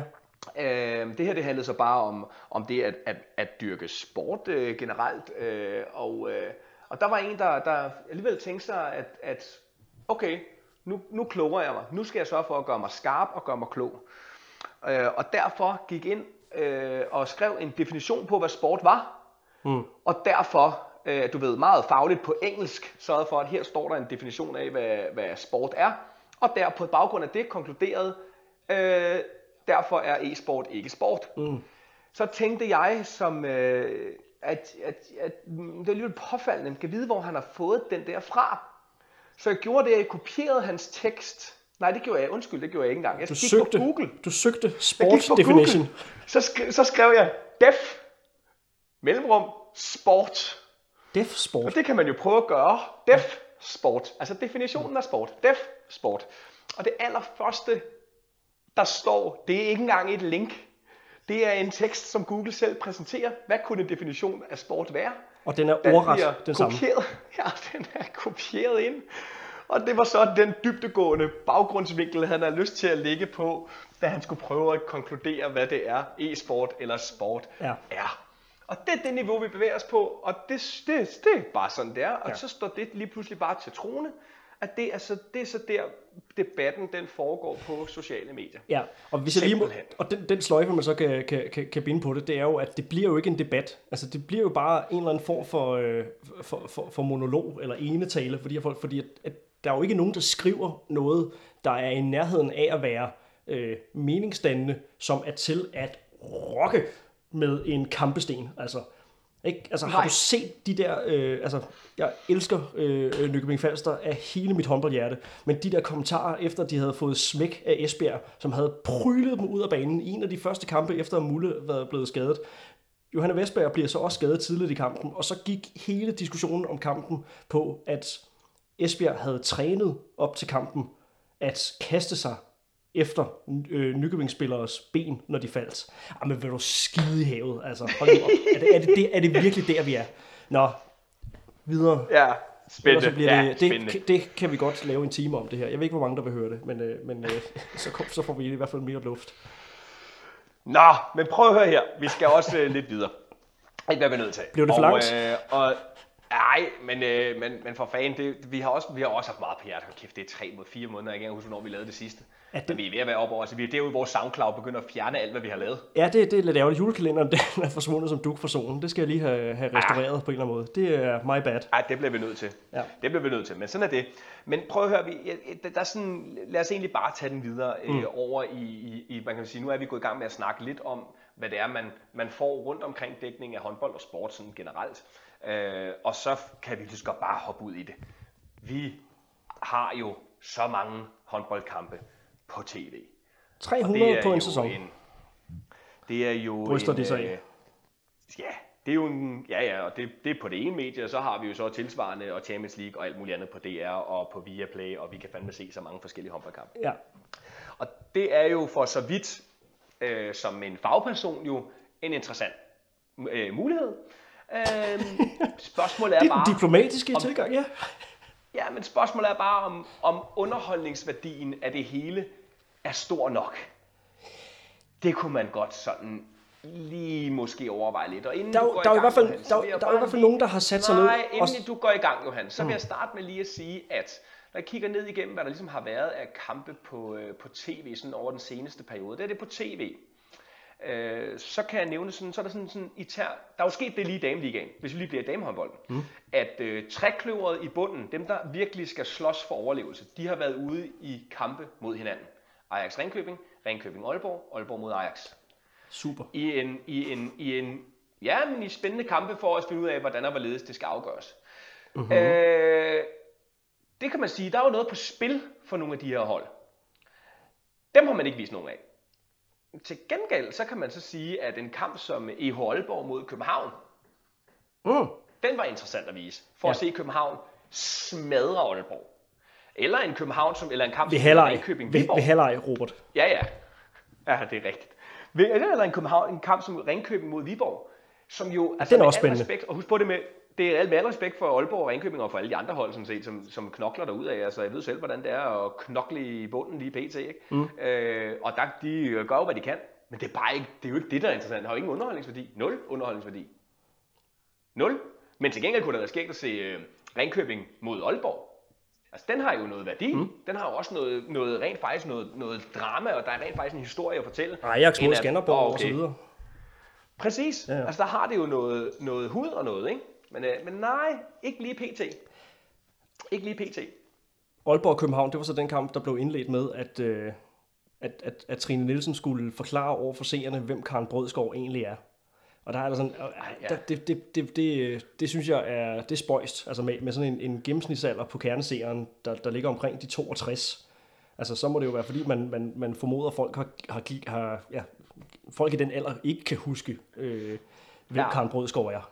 Øh, det her, det handlede så bare om, om det at, at, at dyrke sport øh, generelt, øh, og, øh, og der var en, der, der alligevel tænkte sig, at, at okay, nu, nu kloger jeg mig, nu skal jeg sørge for at gøre mig skarp og gøre mig klog. Øh, og derfor gik ind øh, og skrev en definition på, hvad sport var, mm. og derfor, øh, du ved, meget fagligt på engelsk, sørgede for, at her står der en definition af, hvad, hvad sport er, og der på baggrund af det konkluderede, øh, derfor er e-sport ikke sport. Mm. Så tænkte jeg, som, øh, at, at, at det er lidt påfaldende, at jeg kan vide, hvor han har fået den der fra. Så jeg gjorde det, at jeg kopierede hans tekst. Nej, det gjorde jeg. Undskyld, det gjorde jeg ikke engang. Jeg du gik søgte, på Google. Du søgte sports definition. Så, sk- så skrev jeg def, mellemrum, sport. Def sport. Og det kan man jo prøve at gøre. Def sport. Altså definitionen af sport. Def sport. Og det allerførste, der står, det er ikke engang et link. Det er en tekst, som Google selv præsenterer. Hvad kunne en definition af sport være? Og den er ordret den samme. Ja, den er kopieret ind. Og det var så den dybdegående baggrundsvinkel, han havde lyst til at ligge på, da han skulle prøve at konkludere, hvad det er, e-sport eller sport ja. er. Og det er det niveau, vi bevæger os på, og det, det, det er bare sådan, det er. Og ja. så står det lige pludselig bare til troende, at det er, så, det er så der, debatten den foregår på sociale medier. Ja, og, hvis jeg lige må, og den, den sløjfe, man så kan, kan, kan, kan binde på det, det er jo, at det bliver jo ikke en debat. Altså, det bliver jo bare en eller anden form for, øh, for, for, for monolog eller enetale for de her folk, fordi at, at der er jo ikke nogen, der skriver noget, der er i nærheden af at være øh, meningsdannende, som er til at rokke med en kampesten. Altså, ikke? Altså, har du set de der, øh, altså, jeg elsker øh, Nykøbing Falster af hele mit håndboldhjerte, men de der kommentarer, efter de havde fået smæk af Esbjerg, som havde prylet dem ud af banen i en af de første kampe, efter Mulle var blevet skadet. Johanne Vestberg bliver så også skadet tidligt i kampen, og så gik hele diskussionen om kampen på, at Esbjerg havde trænet op til kampen at kaste sig efter øh, Nykøbing-spilleres ben, når de faldt. Jamen, vil du skide i havet? Altså, hold nu op. Er det, er, det, det, er det virkelig der, vi er? Nå, videre. Ja, spændende. Så bliver det, ja, spændende. Det, det kan vi godt lave en time om det her. Jeg ved ikke, hvor mange der vil høre det, men, øh, men øh, så, kom, så får vi i hvert fald mere luft. Nå, men prøv at høre her. Vi skal også øh, lidt videre. Ikke hvad vi er nødt til. Bliver det for langt? Og, øh, og nej, men, øh, men, men for fanden, det, vi, har også, vi har også haft meget på hjertet. Kæft, det er tre mod fire måneder. Jeg kan ikke huske, hvornår vi lavede det sidste. Det... Men vi er ved at være oppe over. Altså, vi er derude i vores SoundCloud begynder at fjerne alt, hvad vi har lavet. Ja, det, det er lidt ærgerligt. Julekalenderen den er forsvundet som dug for solen. Det skal jeg lige have, have restaureret ah. på en eller anden måde. Det er my bad. Nej, det bliver vi nødt til. Ja. Det bliver vi nødt til, men sådan er det. Men prøv at høre, vi, der er sådan, lad os egentlig bare tage den videre mm. øh, over i, i, i, man kan sige, nu er vi gået i gang med at snakke lidt om, hvad det er, man, man får rundt omkring dækning af håndbold og sport sådan generelt. Øh, og så kan vi lige så godt bare hoppe ud i det. Vi har jo så mange håndboldkampe på tv. tre hundrede på en sæson. En, det er jo Bryster en, de sig øh, ja, det er jo en, ja ja, og det, det er på det ene medie, og så har vi jo så tilsvarende og Champions League og alt muligt andet på D R og på Viaplay, og vi kan fandme se så mange forskellige håndboldkampe. Ja. Og det er jo for så vidt, øh, som en fagperson jo, en interessant øh, mulighed. Øh, spørgsmålet er, det er bare... den diplomatiske om, tilgang, ja. Ja, men spørgsmålet er bare, om, om underholdningsværdien af det hele er stor nok. Det kunne man godt sådan lige måske overveje lidt. Og inden der, du går der, i gang, er i hvert fald, Johan, der, der er i hvert fald nogen, der har sat sig ned. Nej, inden og... du går i gang, Johan, så vil jeg starte med lige at sige, at når jeg kigger ned igennem, hvad der ligesom har været af kampe på, øh, på tv sådan over den seneste periode, det er det på tv. Øh, så kan jeg nævne sådan, så er der sådan, sådan især, der er jo sket det lige i dameligaen, hvis vi lige bliver i damehåndbolden, mm. at øh, trekløveret i bunden, dem der virkelig skal slås for overlevelse, de har været ude i kampe mod hinanden. Ajax Ringkøbing, Ringkøbing Aalborg, Aalborg mod Ajax. Super. I en, i en, i en, ja, men i spændende kampe for at finde ud af, hvordan og hvorledes det skal afgøres. Mm-hmm. Øh, det kan man sige, der er jo noget på spil for nogle af de her hold. Dem har man ikke vist nogen af. Til gengæld, så kan man så sige, at en kamp som E H Aalborg mod København, mm. den var interessant at vise, for ja. at se København smadre Aalborg. Eller en København, som, eller en kamp ved som Ringkøbing Viborg. Ved halvleg, Robert. Ja, ja. Ja, det er rigtigt. Ved, eller en, København, en kamp som Ringkøbing mod Viborg, som jo, altså den er med også al spændende. Respekt, og husk på det med, det er med al respekt for Aalborg og Ringkøbing og for alle de andre hold, sådan set, som, som knokler derud af. Altså, jeg ved selv, hvordan det er at knokle i bunden lige pt. Ikke? Mm. Øh, og der, de gør jo, hvad de kan. Men det er, bare ikke, det er jo ikke det, der er interessant. Det har jo ingen underholdningsværdi. Nul underholdningsværdi. Nul. Men til gengæld kunne det være skægt at se uh, Ringkøbing mod Aalborg. Altså, den har jo noget værdi. Mm. Den har jo også noget, noget rent faktisk noget, noget drama, og der er rent faktisk en historie at fortælle. Ajax mod Skanderborg okay. og så videre. Præcis. Ja, ja. Altså, der har det jo noget, noget hud og noget, ikke? Men, øh, men nej, ikke lige pt. Ikke lige pt. Aalborg og København, det var så den kamp, der blev indledt med, at, øh, at, at, at Trine Nielsen skulle forklare over for seerne, hvem Karen Brødskov egentlig er. Og der er der sådan, øh, ja. der, det, det, det, det, det synes jeg er, det er spøjst, altså med, med sådan en, en gennemsnitsalder på kerneseeren, der, der ligger omkring de toogtres. Altså så må det jo være, fordi man, man, man formoder, at folk har, har, har ja, folk i den alder ikke kan huske, øh, hvem ja. Karen Brødskov er.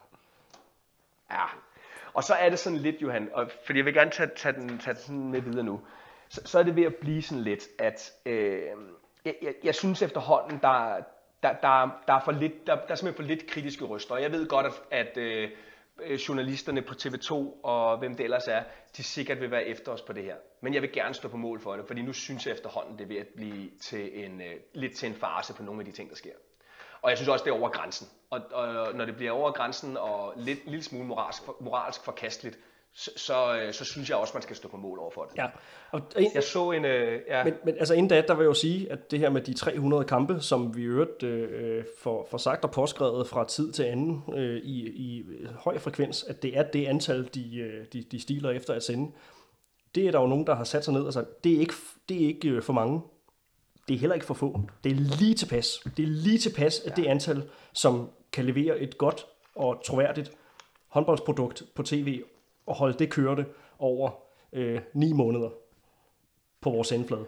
Ja, og så er det sådan lidt, Johan, og fordi jeg vil gerne tage, tage, den, tage den sådan med videre nu, så, så er det ved at blive sådan lidt, at øh, jeg, jeg, jeg synes efterhånden, der, der, der, der, er for lidt, der, der er simpelthen for lidt kritiske røster. Jeg ved godt, at, at øh, journalisterne på T V to og hvem det ellers er, de sikkert vil være efter os på det her. Men jeg vil gerne stå på mål for det, fordi nu synes jeg efterhånden, det er ved at blive til en, øh, lidt til en farce på nogle af de ting, der sker. Og jeg synes også, det er over grænsen. Og, og når det bliver over grænsen og lidt lille smule moralsk, moralsk forkasteligt, så, så, så synes jeg også, man skal stå på mål over for det. Ja. Og, jeg så en... Øh, ja. men, men altså inden da, der vil jeg jo sige, at det her med de tre hundrede kampe, som vi øvrigt øh, får, får sagt og påskrevet fra tid til anden øh, i, i høj frekvens, at det er det antal, de, de, de stiler efter at sende. Det er der jo nogen, der har sat sig ned og sagt, det er ikke, det er ikke for mange. Det er heller ikke for få. Det er lige tilpas. Det er lige tilpas af ja. det antal, som kan levere et godt og troværdigt håndboldsprodukt på tv og holde det kørende over øh, ni måneder på vores sendeflade.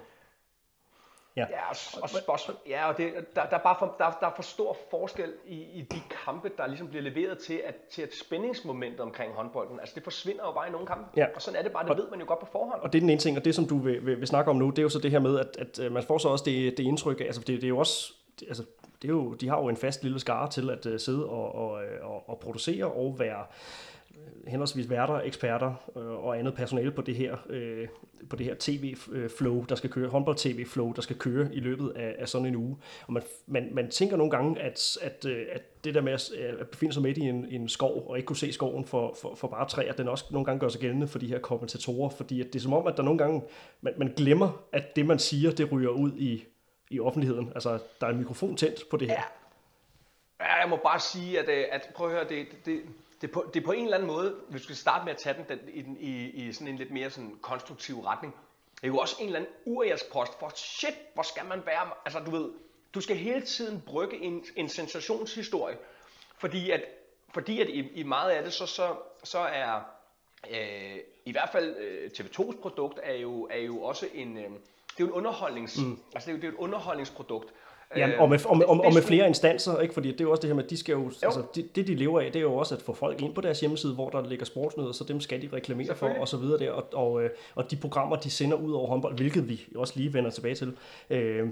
Ja, ja, og, spørgsmål, ja, og det, der, der, er bare for, der, der er for stor forskel i, i de kampe, der ligesom bliver leveret til at, til at spændingsmomentet omkring håndbolden. Altså det forsvinder jo bare i nogle kampe, ja. Og sådan er det bare, det og, ved man jo godt på forhånd. Og det er den ene ting, og det som du vil, vil, vil snakke om nu, det er jo så det her med, at, at man får så også det, det indtryk af, altså det, det er jo også, det, altså det er jo, de har jo en fast lille skare til at uh, sidde og, og, og, og producere og være henholdsvis værter, eksperter øh, og andet personale på det her øh, på det her tv-flow, der skal køre, håndbold-tv-flow, der skal køre i løbet af, af sådan en uge. Og man, man, man tænker nogle gange, at, at, at det der med at, at befinde sig midt i en, en skov, og ikke kunne se skoven for, for, for bare træer, den også nogle gange gør sig gældende for de her kommentatorer, fordi at det er som om, at der nogle gange, man, man glemmer, at det man siger, det ryger ud i, i offentligheden. Altså, der er en mikrofon tændt på det her. Ja, jeg må bare sige, at, at prøv at høre, det, det Det er, på, det er på en eller anden måde, hvis du skal starte med at tage den, den, i, den i, i sådan en lidt mere sådan konstruktiv retning. Det er jo også en eller anden urisk post for, shit, hvor skal man være? Altså du ved, du skal hele tiden brygge en, en sensationshistorie, fordi at, fordi at i, i meget af det, så, så, så er øh, i hvert fald øh, T V to's produkt er jo, er jo også en, øh, det er jo en underholdnings, mm. altså det er jo, det er et underholdningsprodukt. Ja, og med, og, med, og, og med flere instanser, ikke? Fordi det er jo også det her med, at de skal jo, jo. Altså, det, det de lever af, det er jo også at få folk ind på deres hjemmeside, hvor der ligger sportsnyheder, så dem skal de reklamere for, og så videre der, og, og, og de programmer, de sender ud over håndbold, hvilket vi også lige vender tilbage til, øh,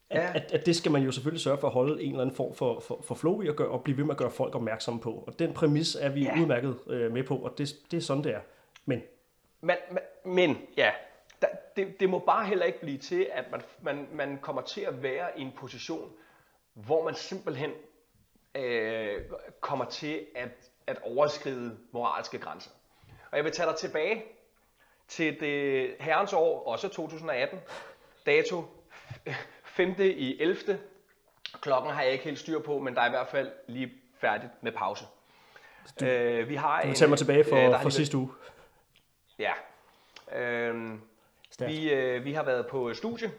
at, ja. at, at det skal man jo selvfølgelig sørge for at holde en eller anden form for, for, for flow i og, gøre, og blive ved med at gøre folk opmærksomme på. Og den præmis er vi ja. udmærket øh, med på, og det, det er sådan, det er. Men, men, men, men ja, der, det, det må bare heller ikke blive til, at man, man, man kommer til at være i en position, hvor man simpelthen øh, kommer til at, at overskride moralske grænser. Og jeg vil tage dig tilbage til det herrens år, også to tusind og atten, dato femte i ellevte Klokken har jeg ikke helt styr på, men der er i hvert fald lige færdigt med pause. Du, øh, vi har du vil tage mig tilbage for, øh, for sidste uge. Ja. Øh, vi, øh, vi har været på studie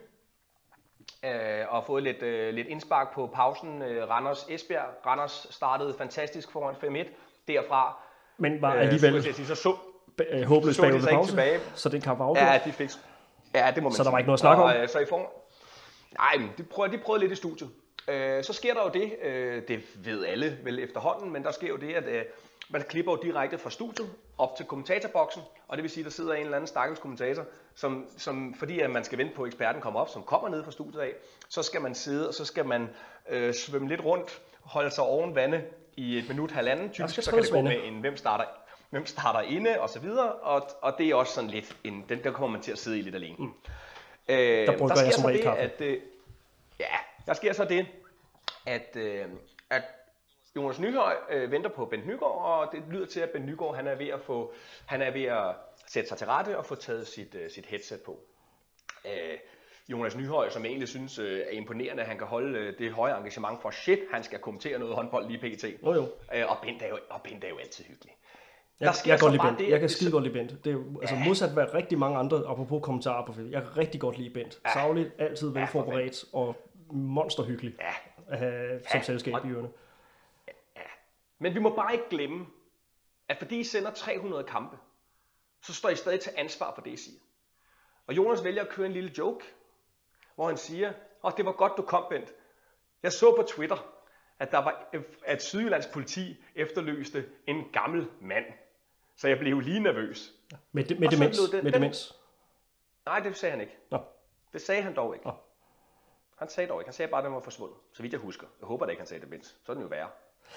øh, og fået lidt, øh, lidt indspark på pausen. Øh, Randers Esbjerg. Randers startede fantastisk foran fem et. Derfra men var alligevel øh, sige, så så, øh, håbløst bagud ved pause, tilbage. Så den kamp var afgjort. Ja, de fik. Ja, det må man så der sige. var ikke noget at snakke om? Og, øh, så i form... Nej, men de prøvede, de prøvede lidt i studiet. Øh, så sker der jo det, øh, det ved alle vel efterhånden, men der sker jo det, at øh, man klipper jo direkte fra studiet op til kommentatorboksen, og det vil sige, at der sidder en eller anden stakkels kommentator, som, som fordi at man skal vente på, at eksperten kommer op, som kommer ned fra studiet af, så skal man sidde, og så skal man øh, svømme lidt rundt, holde sig oven vande i et minut, halvanden. Typisk så kan det gå med en, hvem starter, hvem starter inde, og så videre, og, og det er også sådan lidt, en, den, der kommer man til at sidde i lidt alene. Mm. Øh, der bruger der jeg som det, at, øh, ja, der sker så det, at, øh, at Jonas Nyhøj øh, venter på Bent Nygaard, og det lyder til, at Bent Nygaard han er ved at få, han er ved at sætte sig til rette og få taget sit, øh, sit headset på. Øh, Jonas Nyhøj, som jeg egentlig synes øh, er imponerende, at han kan holde øh, det høje engagement for shit, han skal kommentere noget håndbold lige pt. Jo, jo. Øh, og Bent er jo, og Bent er jo altid hyggelig. Jeg, jeg, kan godt lide jeg kan skide godt lide Bent. Det er jo altså, ja. modsat hvad rigtig mange andre, apropos kommentarer på film. Jeg kan rigtig godt lide Bent. Ja. Sagligt, altid velforberedt ja, og monsterhyggelig ja. uh, som ja. selskab og, i ørene. Ja. Men vi må bare ikke glemme, at fordi I sender tre hundrede kampe, så står I stadig til ansvar for det, I siger. Og Jonas vælger at køre en lille joke, hvor han siger, åh, oh, det var godt, du kom, Bent. Jeg så på Twitter, at, der var, at Sydjyllands politi efterløste en gammel mand. Så jeg blev lige nervøs. Med, de, med demens? Det, med demens? Nej, det sagde han ikke. Nå. Det sagde han dog ikke. Nå. Han sagde dog ikke. Han sagde bare, at den var forsvundet. Så vidt jeg husker. Jeg håber da ikke, han sagde demens. Så er den jo værre.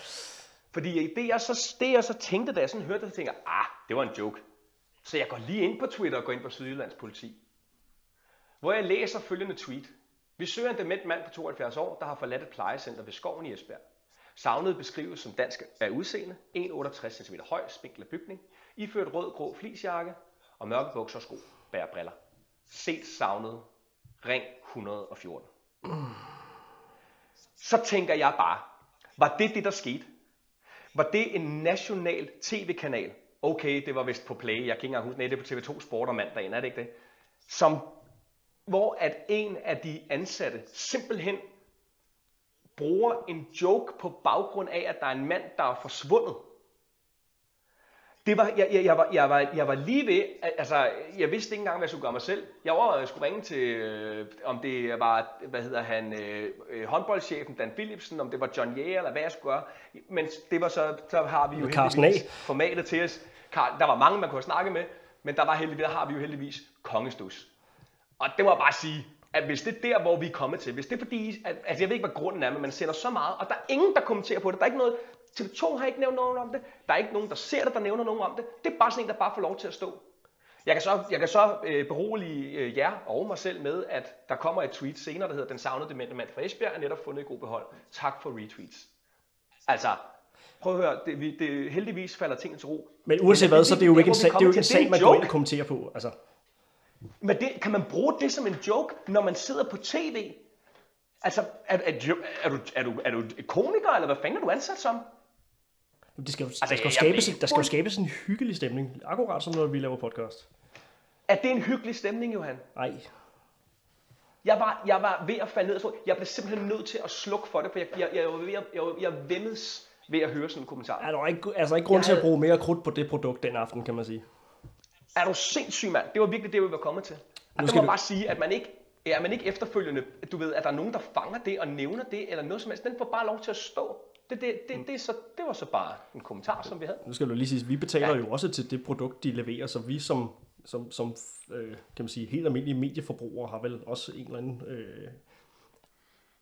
Fordi det jeg, så, det, jeg så tænkte, da jeg sådan hørte det, så tænkte jeg, ah, det var en joke. Så jeg går lige ind på Twitter og går ind på Sydjyllands politi. Hvor jeg læser følgende tweet. Vi søger en dement mand på tooghalvfjerds år, der har forladt et plejecenter ved Skoven i Esbjerg. Savnet beskrives som dansk af udseende, en komma otteogtres centimeter høj, spinkel bygning, iført rød-grå fleecejakke og mørke bukser og sko, bærer briller. Set savnet, ring et hundrede og fjorten. Mm. Så tænker jeg bare, var det det, der skete? Var det en national tv-kanal? Okay, det var vist på Play, jeg kan ikke engang huske, nej, det er på T V to Sport om mandagen, er det ikke det? Som, hvor at en af de ansatte simpelthen bruger en joke på baggrund af, at der er en mand, der er forsvundet. Det var, jeg, jeg, jeg, var, jeg, var, jeg var lige ved, altså, jeg vidste ikke engang, hvad jeg skulle gøre mig selv. Jeg var, jeg skulle ringe til, øh, om det var, hvad hedder han, øh, håndboldchefen Dan Philipsen, om det var John Jæger, eller hvad jeg skulle gøre. Men det var så, så har vi jo heldigvis formatet til os. Der var mange, man kunne snakke med, men der var heldigvis, der har vi jo heldigvis kongestus. Og det må jeg bare sige, at hvis det er der, hvor vi er kommet til, hvis det er fordi, at, altså jeg ved ikke, hvad grunden er, men man sender så meget, og der er ingen, der kommenterer på det, der er ikke noget, T V to har ikke nævnt nogen om det, der er ikke nogen, der ser det, der nævner nogen om det, det er bare sådan en, der bare får lov til at stå. Jeg kan så, jeg kan så øh, berolige øh, jer og mig selv med, at der kommer et tweet senere, der hedder, den savnede demente mand fra Esbjerg er netop fundet i god behold. Tak for retweets. Altså, prøv at høre, det, vi, det heldigvis falder tingene til ro. Men uanset hvad, så det er jo ikke en sag, det er jo ikke en sag, man går ind og kommenterer på, altså. Men det, kan man bruge det som en joke, når man sidder på tv? Altså, er, er, er, du, er, du, er du komiker, eller hvad fanden er du ansat som? Det skal, altså, der, skal skabes, der skal jo skabes en hyggelig stemning, akkurat som når vi laver podcast. Er det en hyggelig stemning, Johan? Nej. Jeg var, jeg var ved at falde ned. Jeg blev simpelthen nødt til at slukke for det, for jeg, jeg, jeg, jeg, jeg, jeg, jeg vemmedes ved at høre sådan en kommentar. Er der ikke, altså ikke grund jeg til havde... at bruge mere krudt på det produkt den aften, kan man sige. Er du sindssyg, mand? Det var virkelig det, vi var kommet til. Og der må du... bare sige, at man ikke, ja, man ikke efterfølgende, du ved, at der er nogen, der fanger det og nævner det, eller noget som helst. Den får bare lov til at stå. Det, det, det, mm. det, så, det var så bare en kommentar, som vi havde. Nu skal du lige sige, vi betaler ja. jo også til det produkt, de leverer, så vi som, som, som øh, kan man sige, helt almindelige medieforbrugere har vel også en eller anden øh,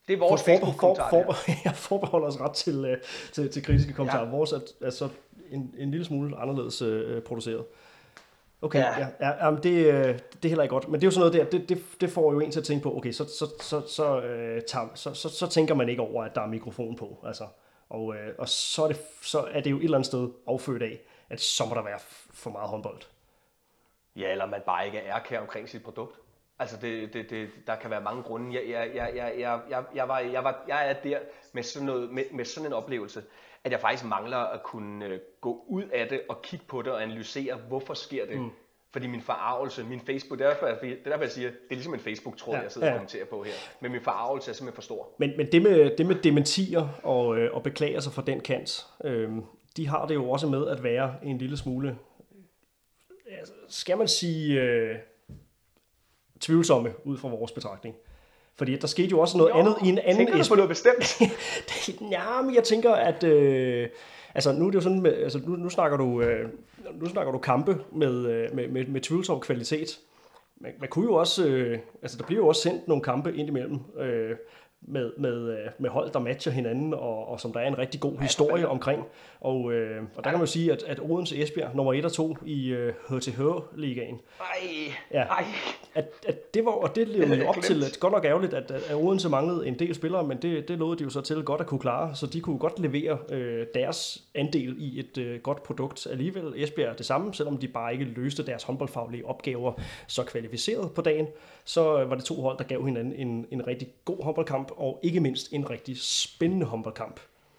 Det er vores for, Facebook-kommentar. For, for, for, jeg forbeholder os ret til, uh, til, til kritiske kommentarer. Ja. Vores er, er så en, en lille smule anderledes uh, produceret. Okay, ja, ja, ja jamen det, det er heller ikke godt. Men det er jo sådan noget der, det, det, det får jo en til at tænke på, okay, så, så, så, så, øh, tager, så, så, så tænker man ikke over, at der er mikrofon på. Altså. Og, øh, og så, er det, så er det jo et eller andet sted affødt af, at så må der være for meget håndbold. Ja, eller man bare ikke er ærkær omkring sit produkt. Altså, det, det, det, der kan være mange grunde. Jeg, jeg, jeg, jeg, jeg, jeg, jeg, var, jeg, var, jeg er der med sådan, noget, med, med sådan en oplevelse, at jeg faktisk mangler at kunne øh, gå ud af det og kigge på det og analysere, hvorfor sker det. Mm. Fordi min forarvelse, min Facebook, det er derfor, jeg, det er derfor, jeg siger, det er ligesom en Facebook-tråd, ja, jeg sidder ja. og kommenterer på her. Men min forarvelse er simpelthen for stor. Men, men det, med, det med dementier og, øh, og beklager sig fra den kant, øh, de har det jo også med at være en lille smule, altså, skal man sige, øh, tvivlsomme ud fra vores betragtning. Fordi der skete jo også noget jo, andet i en anden... Tænker du på noget bestemt? Ja, men jeg tænker, at... Øh, altså, nu er det jo sådan... Med, altså, nu, nu, snakker du, øh, nu snakker du kampe med, med, med, med tvivlsom kvalitet. Man, man kunne jo også... Øh, altså, der bliver jo også sendt nogle kampe ind imellem, øh, med, med, med hold, der matcher hinanden, og, og som der er en rigtig god historie omkring. Og, øh, og der kan man jo sige, at, at Odense Esbjerg, nummer et og to i øh, H T H-ligaen. Ej, ja, ej. At, at det var, og det levede jo op til, at godt nok ærgerligt, at, at Odense manglede en del spillere, men det, det lovede de jo så til godt at kunne klare, så de kunne godt levere øh, deres andel i et øh, godt produkt. Alligevel Esbjerg det samme, selvom de bare ikke løste deres håndboldfaglige opgaver så kvalificeret på dagen, så var det to hold, der gav hinanden en, en rigtig god håndboldkamp, og ikke mindst en rigtig spændende håndboldkamp.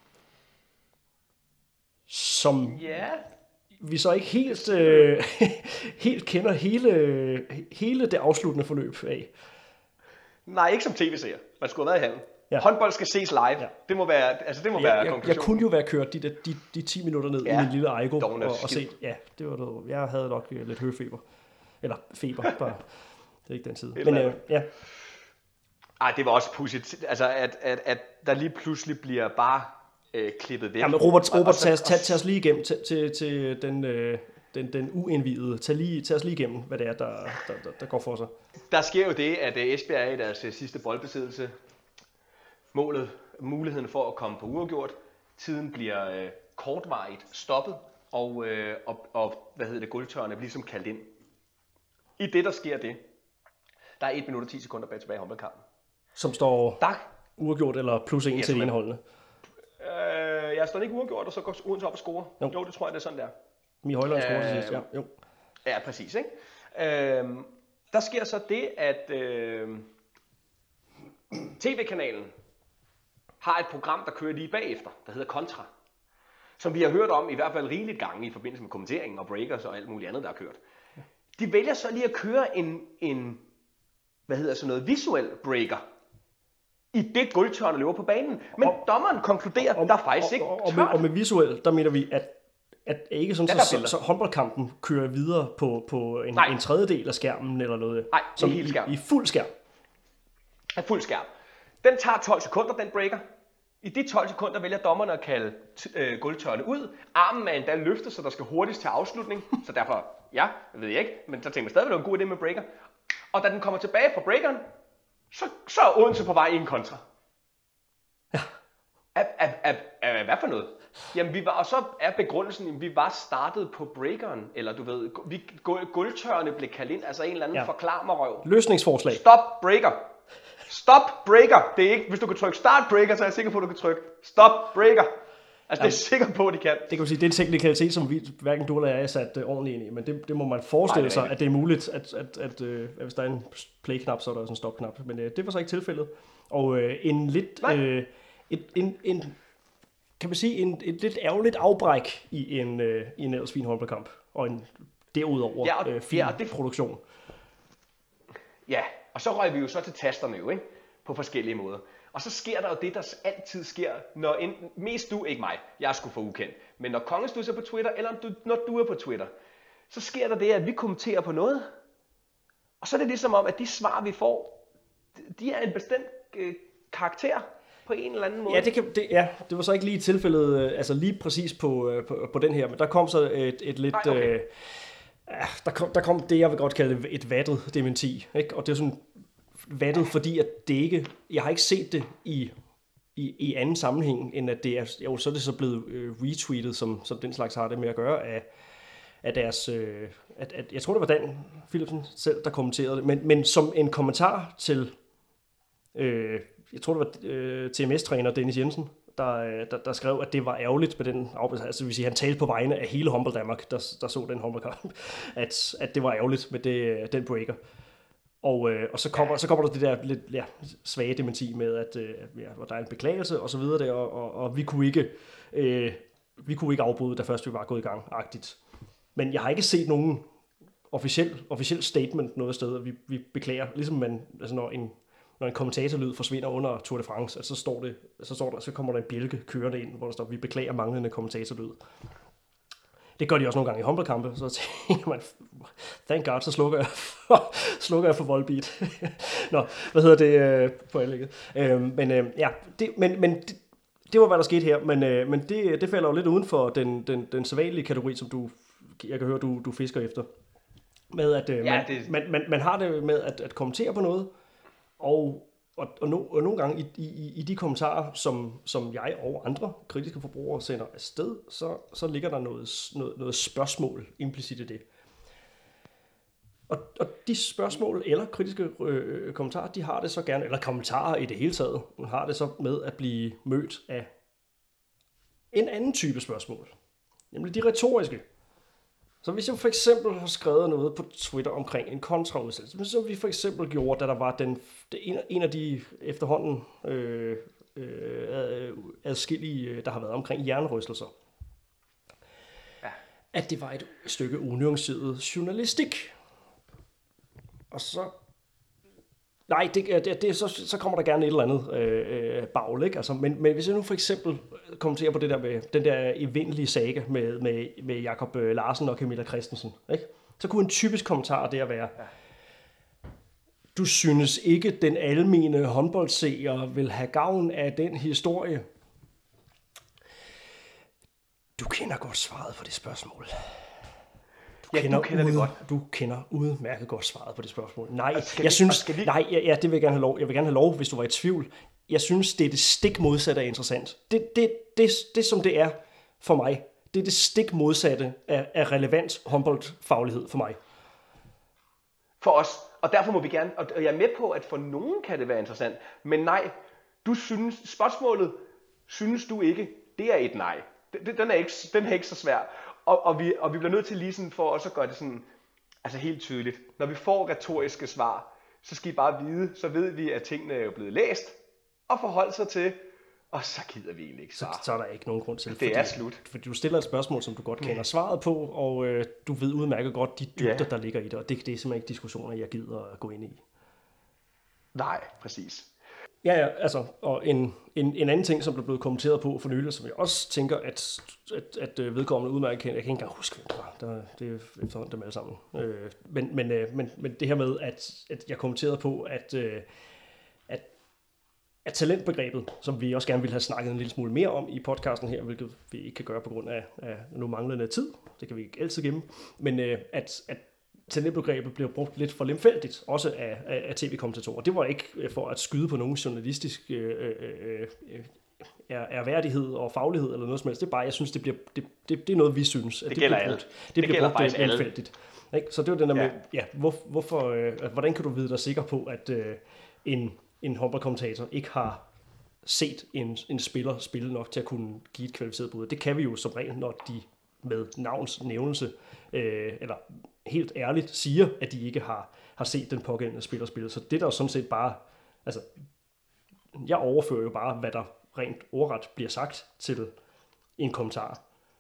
Som yeah. vi så ikke helt, øh, helt kender hele, hele det afsluttende forløb af. Nej, ikke som tv-seer. Man skulle have været i hallen. Ja. Håndbold skal ses live. Ja. Det må være, altså det må ja, være jeg, konklusionen. Jeg kunne jo være kørt de, de, de, de ti minutter ned ja. i min lille Aigo og, og set. Ja, det var det. Jeg havde nok lidt høfeber. Eller feber, bare. Det er ikke den tid. Men øh, ja. Ej, det var også pudsigt. Altså, at, at, at der lige pludselig bliver bare øh, klippet væk. Ja, men Robert, Robert tag, tag, tag os lige igennem til, til, til den, øh, den, den uindvidede. Tag, lige, tag os lige igennem, hvad det er, der, der, der, der går for sig. Der sker jo det, at Esbjerg er i deres sidste boldbesiddelse. Målet, muligheden for at komme på uafgjort. Tiden bliver øh, kortvarigt stoppet, og, øh, og, og hvad hedder det, guldtørerne bliver ligesom kaldt ind. I det, der sker det, der er et minut og ti sekunder bag tilbage i håndboldkampen. Som står der. Uafgjort eller plus en ja, til indholdene? Øh, jeg står ikke uafgjort, og så går Odense op og scorer. Jo. jo, det tror jeg, det er sådan der. Mi Højlund scorer til sidst, ja. Jo. Ja, præcis. Ikke? Øh, der sker så det, at øh, tv-kanalen har et program, der kører lige bagefter, der hedder Kontra. Som vi har hørt om i hvert fald rigeligt gange i forbindelse med kommenteringen og breakers og alt muligt andet, der er kørt. De vælger så lige at køre en, en hvad hedder sådan noget, visuel breaker i det guldtørne løber på banen. Men og, dommeren konkluderer, at der er faktisk og, ikke og, og, med, og med visuel, der mener vi, at, at ikke sådan, ja, så, så, så håndboldkampen kører videre på, på en, en tredjedel af skærmen eller noget. Nej, det er helt skærm. I, i fuld skærm. I fuld skærm. Den tager tolv sekunder, den breaker. I de tolv sekunder vælger dommerne at kalde øh, guldtørne ud. Armen er endda løftet, så der skal hurtigst til afslutning. Så derfor, ja, det ved jeg ikke, men så tænker man stadig, at det var en god idé med breaker. Og da den kommer tilbage fra breakeren, så, så er Odense på vej i en kontra. Ja. Ab, ab, ab, ab, hvad for noget? Jamen, vi var, og så er begrundelsen, at vi var startet på breakeren, eller du ved, vi, guldtørne blev kaldt ind, altså en eller anden ja. forklarmerøv. Løsningsforslag. Stop breaker. Stop breaker. Det er ikke, hvis du kan trykke start breaker, så er jeg sikker på, at du kan trykke stop breaker. Altså, ja, det er jeg sikker på, at de kan. Det kan man sige, det er en teknikalitet, som vi, hverken du eller jeg er sat uh, ordentligt ind i, men det, det må man forestille Nej, sig, at det er muligt, at, at, at, uh, at hvis der er en play-knap, så er der også en stop-knap. Men uh, det var så ikke tilfældet. Og uh, en lidt, uh, et, en, en, kan man sige, en, et lidt ærgerligt afbræk i en, uh, i en ellers fin håndboldkamp, og en derudover ja, og, uh, fin ja, det, produktion. Ja, og så røg vi jo så til tasterne jo, ikke? På forskellige måder. Og så sker der jo det, der altid sker, når enten, mest du, ikke mig, jeg er sgu for ukendt, men når Kongestus er på Twitter, eller du, når du er på Twitter, så sker der det, at vi kommenterer på noget, og så er det ligesom om, at de svar, vi får, de er en bestemt øh, karakter på en eller anden måde. Ja, det, kan, det, ja, det var så ikke lige tilfældet, øh, altså lige præcis på, øh, på, på den her, men der kom så et, et lidt... Nej, okay. øh, der, kom, der kom det, jeg vil godt kalde et vattet dementi, ikke? Og det er sådan... vattet, fordi at det ikke, jeg har ikke set det i, i, i anden sammenhæng, end at det er, jo, så er det så blevet øh, retweetet, som, som den slags har det med at gøre, af, af deres, øh, at, at, jeg tror det var Dan Philipsen selv, der kommenterede det, men, men som en kommentar til, øh, jeg tror det var øh, T M S-træner Dennis Jensen, Der, der, der skrev, at det var ærgerligt med den afbrydelser. Altså, det vil sige, han talte på vegne af hele håndbold Danmark, der, der så den håndboldkamp, at, at det var ærgerligt med det, den breaker. Og, øh, og så, kommer, så kommer der det der lidt ja, svage dementi med, at øh, ja, der er en beklagelse og så videre der, og, og, og vi kunne ikke øh, vi kunne ikke afbryde, da først vi var gået i gang, agtigt. Men jeg har ikke set nogen officiel, officiel statement noget sted, at vi, vi beklager, ligesom man, altså når en når en kommentatorlyd forsvinder under Tour de France, altså så står det, så står der, så kommer der en bjælke kørende ind, hvor der står, vi beklager manglende kommentatorlyd. Det gør de også nogle gange i håndboldkampe, så tænker man, thank God, så slukker jeg for, slukker jeg for Volbeat. Nå, hvad hedder det øh, på anlægget? Øh, men øh, ja, det, men, men det, det var, hvad der skete her, men, øh, men det, det falder jo lidt uden for den, den, den sædvanlige kategori, som du, jeg kan høre, du, du fisker efter. Med at øh, ja, man, det... man, man, man har det med at, at kommentere på noget, Og, og, og, no, og nogle gange i, i, i de kommentarer, som, som jeg og andre kritiske forbrugere sender afsted, så, så ligger der noget, noget, noget spørgsmål implicit i det. Og, og de spørgsmål eller kritiske øh, kommentarer, de har det så gerne, eller kommentarer i det hele taget, har det så med at blive mødt af en anden type spørgsmål. Nemlig de retoriske. Så hvis jeg for eksempel har skrevet noget på Twitter omkring en kontraudsættelse, så vi for eksempel gjorde, da der var den, en af de efterhånden øh, øh, adskillige, der har været omkring hjernerystelser, ja. At det var et stykke unuanceret journalistik. Og så Nej, det, det, det, så, så kommer der gerne et eller andet øh, bagl, ikke? Altså, men, men hvis jeg nu for eksempel kommenterer på det der med den der evindelige saga med, med, med Jakob Larsen og Camilla Christensen, ikke? Så kunne en typisk kommentar der være, du synes ikke, den almene håndboldseer vil have gavn af den historie? Du kender godt svaret på det spørgsmål. Du ja, kender, du kender ude, det godt. Du kender udmærket godt svaret på det spørgsmål. Nej, jeg vi, synes, vi... vi... nej, ja, ja, det vil jeg gerne have lov. Jeg vil gerne have lov, hvis du var i tvivl. Jeg synes, det er det stik modsatte af interessant. Det, det, det, det, som det er for mig, det er det stik modsatte af, af relevant håndboldfaglighed for mig. For os. Og derfor må vi gerne, og jeg er med på, at for nogen kan det være interessant, men nej, du synes, spørgsmålet, synes du ikke, det er et nej. Den er ikke, den er ikke så svær. Og, og, vi, og vi bliver nødt til lige sådan for også at gøre det sådan, altså helt tydeligt. Når vi får retoriske svar, så skal I bare vide, så ved vi, at tingene er jo blevet læst, og forholde sig til, og så gider vi egentlig ikke svare. Så, så er der ikke nogen grund til. Det fordi, er slut. Fordi du stiller et spørgsmål, som du godt kender svaret på, og øh, du ved udmærket godt de dybder, ja. der ligger i det, og det, det er simpelthen ikke diskussioner, jeg gider at gå ind i. Nej, præcis. Ja, ja, altså, og en, en, en anden ting, som blev blevet kommenteret på for nylig, som jeg også tænker, at, at, at vedkommende udmærket kender, jeg kan ikke engang huske, hvem det var, der, det er efterhånden dem alle sammen. Øh, men, men, øh, men, men det her med, at, at jeg kommenterede på, at, øh, at, at talentbegrebet, som vi også gerne vil have snakket en lille smule mere om i podcasten her, hvilket vi ikke kan gøre på grund af, af nu manglende tid, det kan vi ikke altid gemme, men øh, at, at talentbegrebet bliver brugt lidt for lemfældigt, også af, af, af tv-kommentatorer. Det var ikke for at skyde på nogen journalistisk øh, øh, øh, erhverdighed og faglighed eller noget som helst. Det er bare, jeg synes, det, bliver, det, det, det er noget, vi synes. At det, det gælder bliver brugt, det, det bliver brugt lemfældigt. Ikke? Så det var den der ja. med, ja, hvor, hvorfor, øh, hvordan kan du vide dig sikker på, at øh, en, en håndboldkommentator ikke har set en, en spiller spille nok til at kunne give et kvalificeret bud? Det kan vi jo som regel, når de med navns nævnelse, øh, eller helt ærligt siger, at de ikke har, har set den pågældende spiller spille. Så det der jo sådan set bare, altså, jeg overfører jo bare, hvad der rent ordret bliver sagt til en kommentar.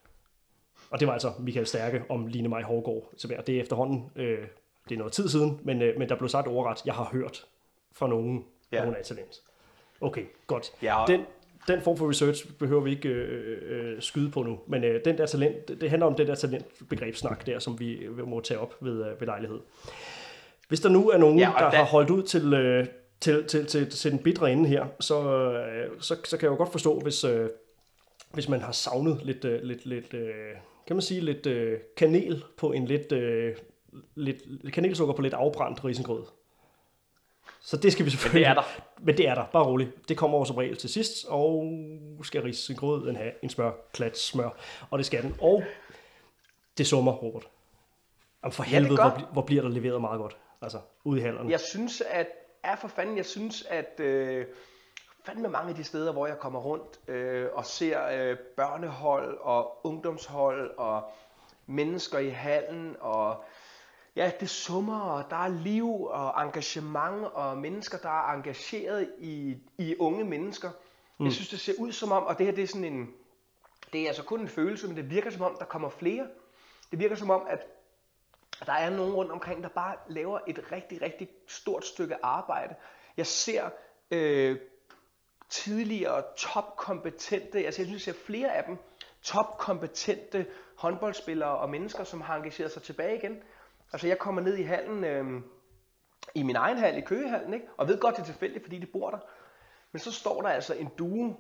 Og det var altså Michael Stærke om Line Maj Hårgaard. Det er efterhånden, øh, det er noget tid siden, men, øh, men der blev sagt ordret, jeg har hørt fra nogen, ja. Nogen af talent. Okay, godt. Ja. Den, den form for research behøver vi ikke øh, øh, skyde på nu, men øh, den der talent, det, det handler om den der talentbegrebssnak der, som vi må tage op ved, øh, ved lejlighed. Hvis der nu er nogen, ja, der, der har holdt ud til, øh, til, til, til, til den bitre ende her, så, øh, så, så kan jeg jo godt forstå, hvis, øh, hvis man har savnet lidt, øh, lidt, lidt øh, kan man sige, lidt øh, kanel på en lidt, øh, lidt kanelsukker på lidt afbrændt risengrød. Så det skal vi selvfølgelig... Men det er der. Men det er der, bare roligt. Det kommer over som regel til sidst, og skal risengrøden have en smør, klat smør, og det skal den. Og det summer, Robert. Jamen for helvede, ja, hvor, hvor bliver der leveret meget godt, altså ude i hallerne. Jeg synes, at... Ja, for fanden, jeg synes, at... Øh, fandme mange af de steder, hvor jeg kommer rundt øh, og ser øh, børnehold og ungdomshold og mennesker i hallen, og ja, det summer, og der er liv og engagement, og mennesker, der er engageret i, i unge mennesker. Mm. Jeg synes, det ser ud som om, og det her det er sådan en, det er altså kun en følelse, men det virker som om, der kommer flere. Det virker som om, at der er nogen rundt omkring, der bare laver et rigtig, rigtig stort stykke arbejde. Jeg ser øh, tidligere topkompetente, altså jeg synes, jeg ser flere af dem, topkompetente håndboldspillere og mennesker, som har engageret sig tilbage igen. Altså jeg kommer ned i hallen, øh, i min egen hal, i Køgehallen, ikke? Og ved godt, det er tilfældigt, fordi de bor der. Men så står der altså en duo,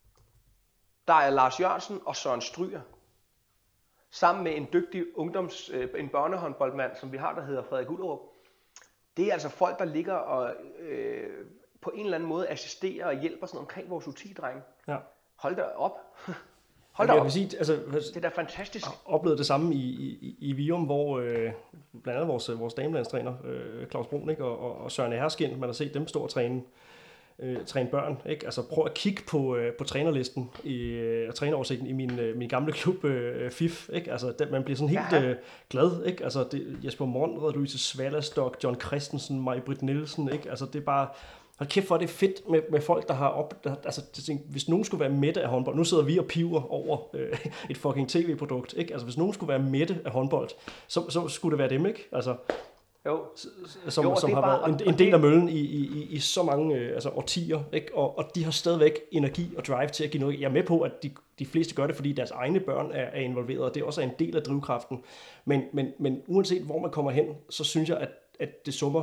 der er Lars Jørgensen og Søren Stryger, sammen med en dygtig ungdoms, øh, en børnehåndboldmand, som vi har, der hedder Frederik Ullerup. Det er altså folk, der ligger og øh, på en eller anden måde assisterer og hjælper sådan omkring vores U ti-drenge. Ja. Hold da op. Hold da jeg op. Vil sige, altså, det er da fantastisk. Jeg har oplevet det samme i, i, i Virum, hvor øh, blandt andet vores, vores damelandstræner, øh, Claus Brun, ikke, og, og Søren Herskind, man har set dem stå og træne, øh, træne børn. Ikke? Altså prøv at kigge på, øh, på trænerlisten i, øh, og træneroversigten i min, øh, min gamle klub øh, F I F. Ikke? Altså, det, man bliver sådan helt øh, glad. Ikke? Altså, det, Jesper Monrad, Louise Svalastok, John Christensen, Maj-Britt Nielsen. Ikke? Altså, det er bare... Hold kæft, hvor er det fedt med, med folk, der har op... Der, altså, hvis nogen skulle være mætte af håndbold... Nu sidder vi og piver over øh, et fucking tv-produkt, ikke? Altså, hvis nogen skulle være mætte af håndbold, så, så skulle det være dem, ikke? Altså, jo. Som, jo, som har bare, været en, en del af møllen i, i, i, i så mange øh, altså, årtier, ikke? Og, og de har stadigvæk energi og drive til at give noget... Jeg er med på, at de, de fleste gør det, fordi deres egne børn er, er involveret, og det er også en del af drivkraften. Men, men, men uanset hvor man kommer hen, så synes jeg, at, at det summer...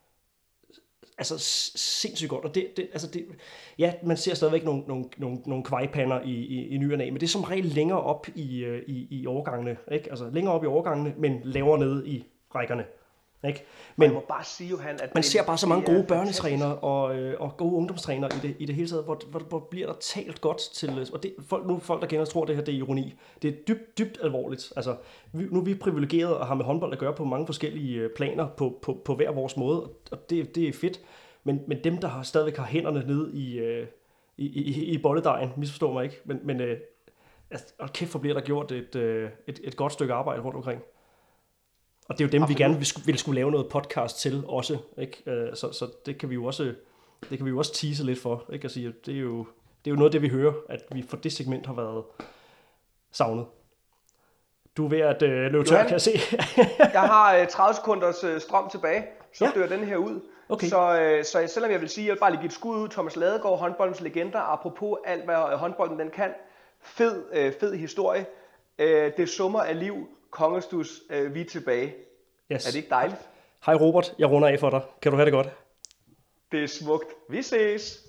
Altså sindssygt godt, og det, det, altså det, ja, man ser stadigvæk nogle, nogle, nogle, nogle kvejpander i, i, i nyerne af, men det er som regel længere op i, i, i årgangene, ikke? Altså længere op i årgangene, men lavere nede i rækkerne, ikke? Men jeg må bare sige, Johan, at man ser bare så mange gode børnetrænere og, øh, og gode ungdomstrænere i det, i det hele taget, hvor, hvor, hvor bliver der talt godt til, og det, folk, nu folk, der kender, tror, det her det er ironi. Det er dybt, dybt alvorligt. Altså, vi, nu er vi privilegerede og har med håndbold at gøre på mange forskellige planer på, på, på hver vores måde, og det, det er fedt. Men, men dem, der har, stadigvæk har hænderne nede i, øh, i, i, i bolledejen, misforstår mig ikke, men, men øh, altså, og kæft, hvor bliver der gjort et, øh, et, et godt stykke arbejde rundt omkring. Og det er jo dem, Absolut. vi gerne vil, vil skulle lave noget podcast til også, ikke? Så, så det kan vi jo også, det kan vi jo også tease lidt for, ikke? At sige, det er jo, det er jo noget af det, vi hører, at vi for det segment har været savnet. Du er ved at øh, løbe tør, kan jeg se. Jeg har øh, tredive sekunders øh, strøm tilbage, så ja. dør den her ud. Okay. Så, øh, så selvom jeg vil sige, jeg vil bare lige give et skud ud, Thomas Ladegaard, håndboldens legender, apropos alt, hvad håndbolden den kan. Fed, øh, fed historie. Øh, det summer af liv. Kongestus, øh, vi er tilbage. Yes. Er det ikke dejligt? Hej Robert, jeg runder af for dig. Kan du have det godt? Det er smukt. Vi ses.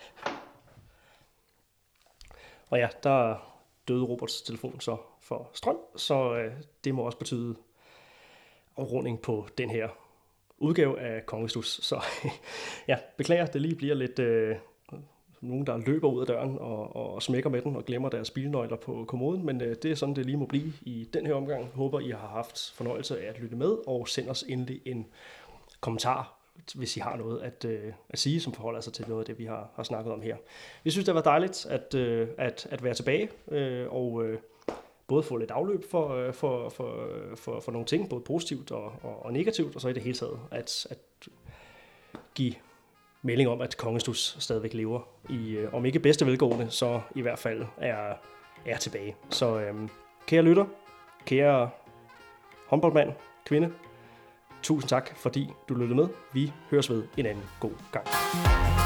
Og ja, der døde Roberts telefon så for strøm, så øh, det må også betyde afrunding på den her udgave af Kongestus. Så ja, beklager, det lige bliver lidt... Øh, nogen, der løber ud af døren og, og, og smækker med den og glemmer deres bilnøgler på kommoden, men øh, det er sådan, det lige må blive i den her omgang. Håber, I har haft fornøjelse af at lytte med, og send os endelig en kommentar, hvis I har noget at, øh, at sige, som forholder sig til noget af det, vi har, har snakket om her. Vi synes, det var dejligt at, øh, at, at være tilbage, øh, og øh, både få lidt afløb for, øh, for, for, for, for nogle ting, både positivt og, og, og negativt, og så i det hele taget at, at give melding om, at Kongestus stadigvæk lever i, øh, om ikke bedste velgående, så i hvert fald er, er tilbage. Så øhm, kære lytter, kære håndboldmand, kvinde, tusind tak, fordi du lyttede med. Vi høres ved en anden god gang.